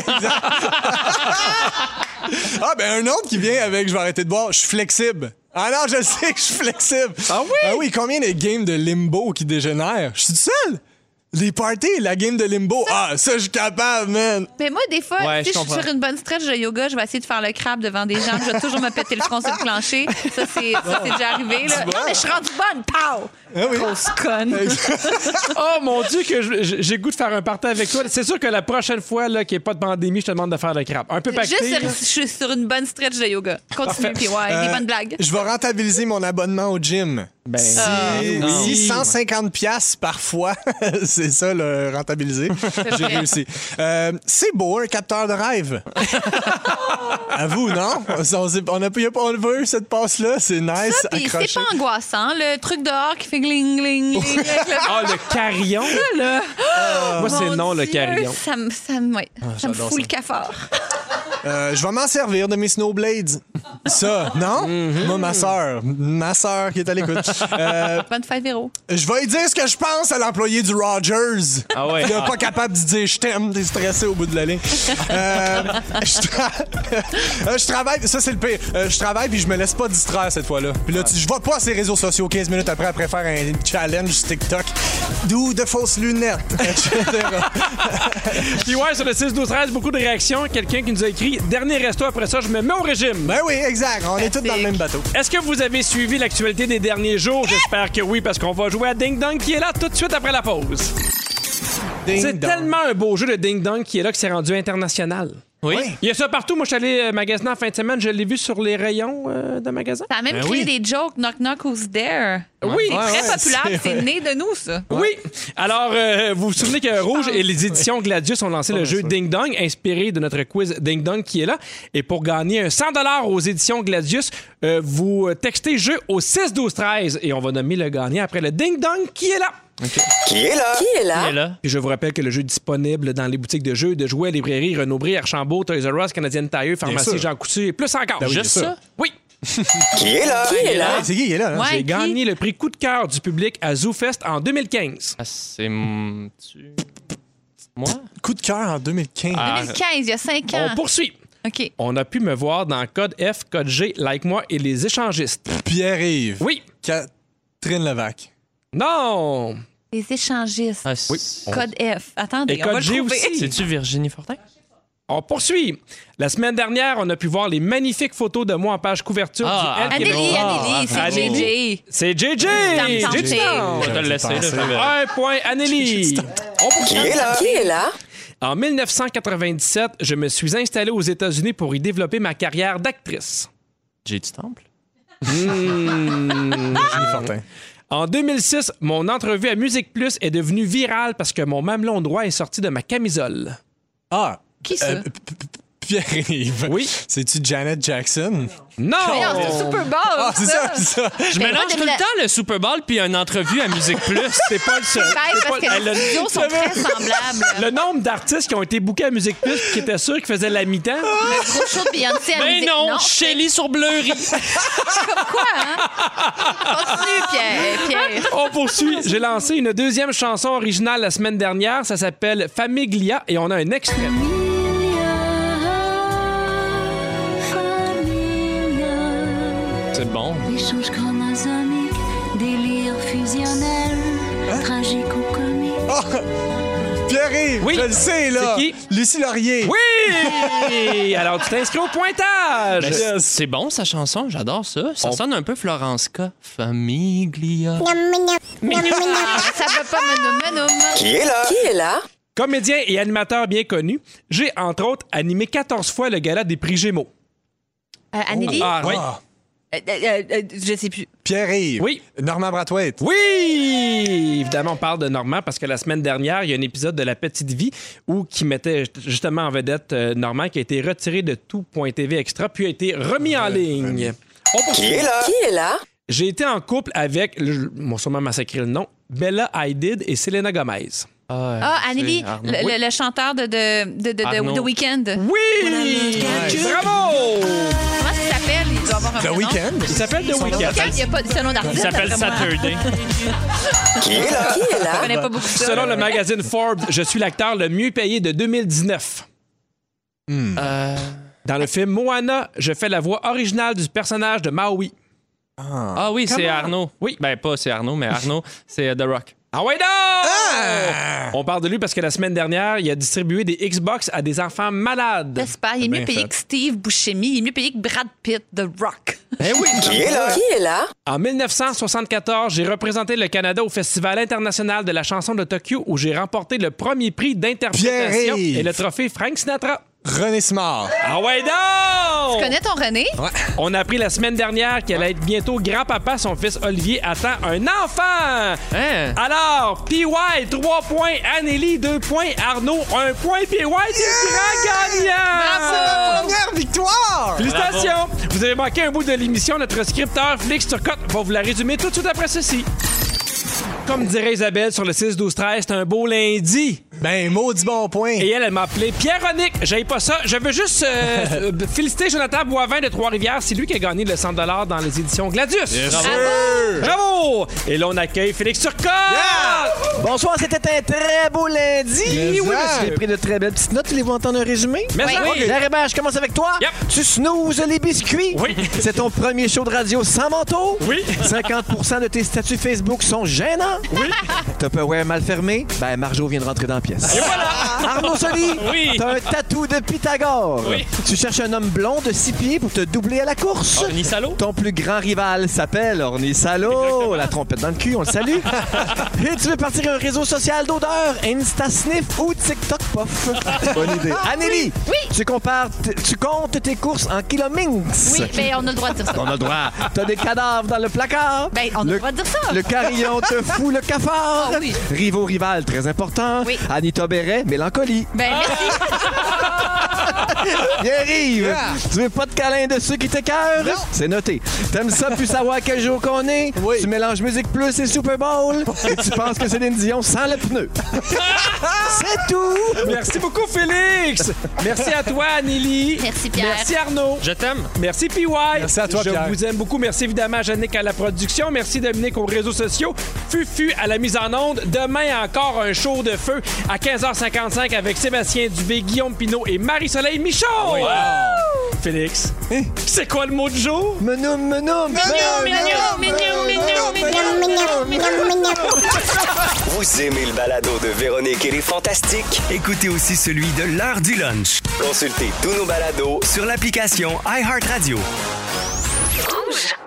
Ah, ben un autre qui vient avec je vais arrêter de boire. Je suis flexible. Ah non, je sais que je suis flexible. Ah oui? Ah oui, combien de games de limbo qui dégénèrent? Je suis tout seul. Les parties, la game de limbo. Ah, ça, je suis capable, man. Mais moi, des fois, Ouais, si je je suis comprends. sur une bonne stretch de yoga, je vais essayer de faire le crabe devant des gens. Je vais toujours me péter le front sur le plancher. Ça, c'est déjà arrivé. Là. Non, mais je suis rendue bonne. Pow! Ah oui. Grosse conne. Oh mon Dieu, que j'ai goût de faire un party avec toi. C'est sûr que la prochaine fois là, qu'il n'y ait pas de pandémie, je te demande de faire le crabe. Un peu pacté. Juste, là. je suis sur une bonne stretch de yoga. Continue, puis ouais, des bonnes blagues. Je vais rentabiliser mon abonnement au gym. Ben, Si 150$ par fois, c'est ça, le rentabiliser. J'ai réussi. C'est beau, un capteur de rêve. À vous, non? On n'a pas eu cette passe-là. C'est nice. Ça, puis c'est accroché. pas angoissant. Le truc dehors qui fait gling, gling, gling. avec le- Ah, le carillon. là. Moi, c'est Mon non, le Dieu, carillon. Ça me j'adore fout ça. le cafard. Je vais m'en servir de mes Snowblades. Ça, non? Moi, ma sœur qui est à l'écoute. Bonne fête, Véro. Je vais lui dire ce que je pense à l'employé du Rogers. Ah ouais. Il n'est pas capable de dire je t'aime, t'es stressé au bout de la ligne. Je travaille, ça c'est le pire. Je travaille puis je me laisse pas distraire cette fois-là. Puis là, je vais pas à ces réseaux sociaux 15 minutes après faire un challenge sur TikTok. D'où de fausses lunettes, etc. Puis ouais, sur le 6-12-13, beaucoup de réactions. Quelqu'un qui nous a écrit « Dernier resto, après ça, je me mets au régime ». Ben oui, exact. On est tous dans le même bateau. Est-ce que vous avez suivi l'actualité des derniers jours? J'espère que oui, parce qu'on va jouer à Ding Dong qui est là tout de suite après la pause. Ding C'est dong. tellement un beau jeu de Ding Dong qui est là que c'est rendu international. Oui. Il y a ça partout. Moi, je suis allé magasiner en fin de semaine. Je l'ai vu sur les rayons de magasin. Ça a même créé des jokes. Knock, knock, who's there? Oui. C'est très populaire. C'est né de nous, ça. Oui. Alors, vous vous souvenez que Rouge et les éditions Gladius ont lancé le jeu Ding Dong, inspiré de notre quiz Ding Dong qui est là. Et pour gagner un 100 $ aux éditions Gladius, vous textez jeu au 6-12-13 et on va nommer le gagnant après le Ding Dong qui est là. Okay. Qui est là? Qui est là? Et je vous rappelle que le jeu est disponible dans les boutiques de jeux, de jouets, librairies, Renaud-Bré, Archambault, Toys R Us, Canadian Tire, Pharmacie Jean Coutu et plus encore. Ben oui, Juste ça? Oui. Qui est là? Qui est là? C'est qui est là? Ouais, J'ai qui? gagné le prix coup de cœur du public à ZooFest en 2015. Ah, c'est... Moi? Coup de cœur en 2015. 2015, il y a 5 ans. On poursuit. OK. On a pu me voir dans Code F, Code G, Like Moi et Les Échangistes. Pierre-Yves. Oui. Catherine Levac. Non. Les échangistes. Ah, Code F. Attendez, Et on va Code le G trouver. aussi. C'est-tu Virginie Fortin? On poursuit. La semaine dernière, on a pu voir les magnifiques photos de moi en page couverture Ah, du L Anneli, Québec. c'est Anneli. JJ. C'est JJ. Tam, tam, JJ. tam. Je vais te le laisser. Là, Un point, Anneli. On poursuit. Qui est là? Qui est là? En 1997, je me suis installé aux États-Unis pour y développer ma carrière d'actrice. J'ai du temple. Virginie Fortin. En 2006, mon entrevue à Musique Plus est devenue virale parce que mon mamelon droit est sorti de ma camisole. Ah. Qui ça? Pierre-Yves. Oui. C'est-tu Janet Jackson? Non! Non, c'est Super Bowl. Ah, c'est ça, c'est ça. Je mélange tout le temps le Super Bowl puis une entrevue à Musique Plus. C'est pas le seul. Parce que les studios sont très semblables. Le nombre d'artistes qui ont été bookés à Musique Plus puis qui étaient sûrs qu'ils faisaient la mi-temps. Le gros show de Beyoncé à Ben musique. non, Shelly sur Bleury. Comme quoi, hein? Continue, Pierre. On poursuit. J'ai lancé une deuxième chanson originale la semaine dernière. Ça s'appelle Famiglia et on a un extrait. C'est bon. Échange chromosomique, délire fusionnel, tragique ou comique. Pierre-Yves, Oui. je le sais, là. C'est qui? Lucie Laurier. Oui! Alors, tu t'inscris au pointage. Yes. C'est bon, sa chanson. J'adore ça. Ça sonne un peu Florence K. Famiglia. Ça peut pas me Qui est là? Qui est là? Comédien et animateur bien connu, j'ai, entre autres, animé 14 fois le gala des prix Gémeaux. Anneli? Ah, oui. Ah. Je sais plus. Pierre-Yves. Oui. Normand Brathwaite. Oui! Évidemment, on parle de Normand parce que la semaine dernière, il y a un épisode de La Petite Vie qui mettait justement en vedette Normand qui a été retiré de tout.tv extra puis a été remis en ligne. On poursuit. Qui est là? Qui est là? J'ai été en couple avec, moi sûrement massacré le nom, Bella Hadid et Selena Gomez. Ah, Anneli, Arnaud. le chanteur de Arnaud. The Weeknd. Oui! Bravo! Comment il s'appelle? Il doit avoir un The vrai nom. Weeknd. Il s'appelle The Weeknd. Il n'y a pas de nom d'artiste. Il s'appelle d'après moi. Saturday. Qui est là? Qui est Je là? connais pas beaucoup ça. Selon le magazine Forbes, je suis l'acteur le mieux payé de 2019. Dans le film Moana, je fais la voix originale du personnage de Maui. Ah oui, c'est Arnaud. Oui. Ben, pas c'est Arnaud, mais Arnaud, c'est The Rock. Ah ouais, non! On parle de lui parce que la semaine dernière, il a distribué des Xbox à des enfants malades. J'espère. Il est mieux Bien payé fait. que Steve Buscemi. Il est mieux payé que Brad Pitt, The Rock. Eh oui! Qui est là? Qui est là? En 1974, j'ai représenté le Canada au Festival international de la chanson de Tokyo où j'ai remporté le premier prix d'interprétation Pierre-Yves. et le trophée Frank Sinatra. René Simard. Ah ouais, Tu non! connais ton René? On a appris la semaine dernière qu'il allait être bientôt grand-papa. Son fils Olivier attend un enfant. Hein? Alors, PY, 3 points. Anneli, 2 points. Arnaud, 1 point. PY, c'est le grand gagnant. Première victoire! Félicitations! Vous avez manqué un bout de l'émission. Notre scripteur Félix Turcotte va vous la résumer tout de suite après ceci. Comme dirait Isabelle sur le 6-12-13, c'est un beau lundi. Ben, maudit bon point. Et elle m'a appelé Pierre-Ronique. J'aille pas ça. Je veux juste féliciter Jonathan Boivin de Trois-Rivières. C'est lui qui a gagné le 100 $ dans les éditions Gladius. Bravo! Et là, on accueille Félix Turcotte. Bonsoir, c'était un très beau lundi. Mais Oui, ça. j'ai pris de très belles petites notes. Voulez-vous entendre un résumé? Mais Oui. ça, Oui. Pierre Hébert, je commence avec toi. Yep. Tu snoozes les biscuits. Oui. C'est ton premier show de radio sans manteau. Oui. 50% de tes statuts Facebook sont gênants. Oui. Tupperware mal fermé. Ben, Marjo vient de rentrer dans la pièce. Et voilà! Arnaud Soli, Oui. t'as un tatou de Pythagore. Oui. Tu cherches un homme blond de 6 pieds pour te doubler à la course. Orny Salo. Ton plus grand rival s'appelle Orny Salo. La trompette dans le cul, on le salue. Et tu veux partir un réseau social d'odeur, Insta Sniff ou TikTok Puff. Bonne idée. Anneli, tu comptes tes courses en kilominx. Oui, mais on a le droit de dire ça. On a le droit. T'as des cadavres dans le placard. Ben, on a le droit de dire ça. Le carillon te fout le cafard. Ah oui. Rivaux rival, très important. Oui. Anita Béret, mélancolie. Ben, merci. Pierre-Yves, tu veux pas de câlin de ceux qui t'écœurent? C'est noté. T'aimes ça plus savoir quel jour qu'on est? Oui. Tu mélanges Musique Plus et Super Bowl et tu penses que Céline Dion sans le pneu. C'est tout! Merci beaucoup, Félix. Merci à toi, Anneli. Merci, Pierre. Merci, Arnaud. Je t'aime. Merci, PY. Merci à toi, Je Pierre. vous aime beaucoup. Merci évidemment à Jannick à la production. Merci, Dominique, aux réseaux sociaux. Fufu à la mise en onde. Demain, encore un show de feu à 15h55 avec Sébastien Dubé, Guillaume Pinault et Marie-Soleil Michon. Oui. Félix, c'est quoi le mot du jour? Menoum. Vous aimez le balado de Véronique et les Fantastiques? Écoutez aussi celui de l'heure du lunch. Consultez tous nos balados sur l'application iHeartRadio. Rouge.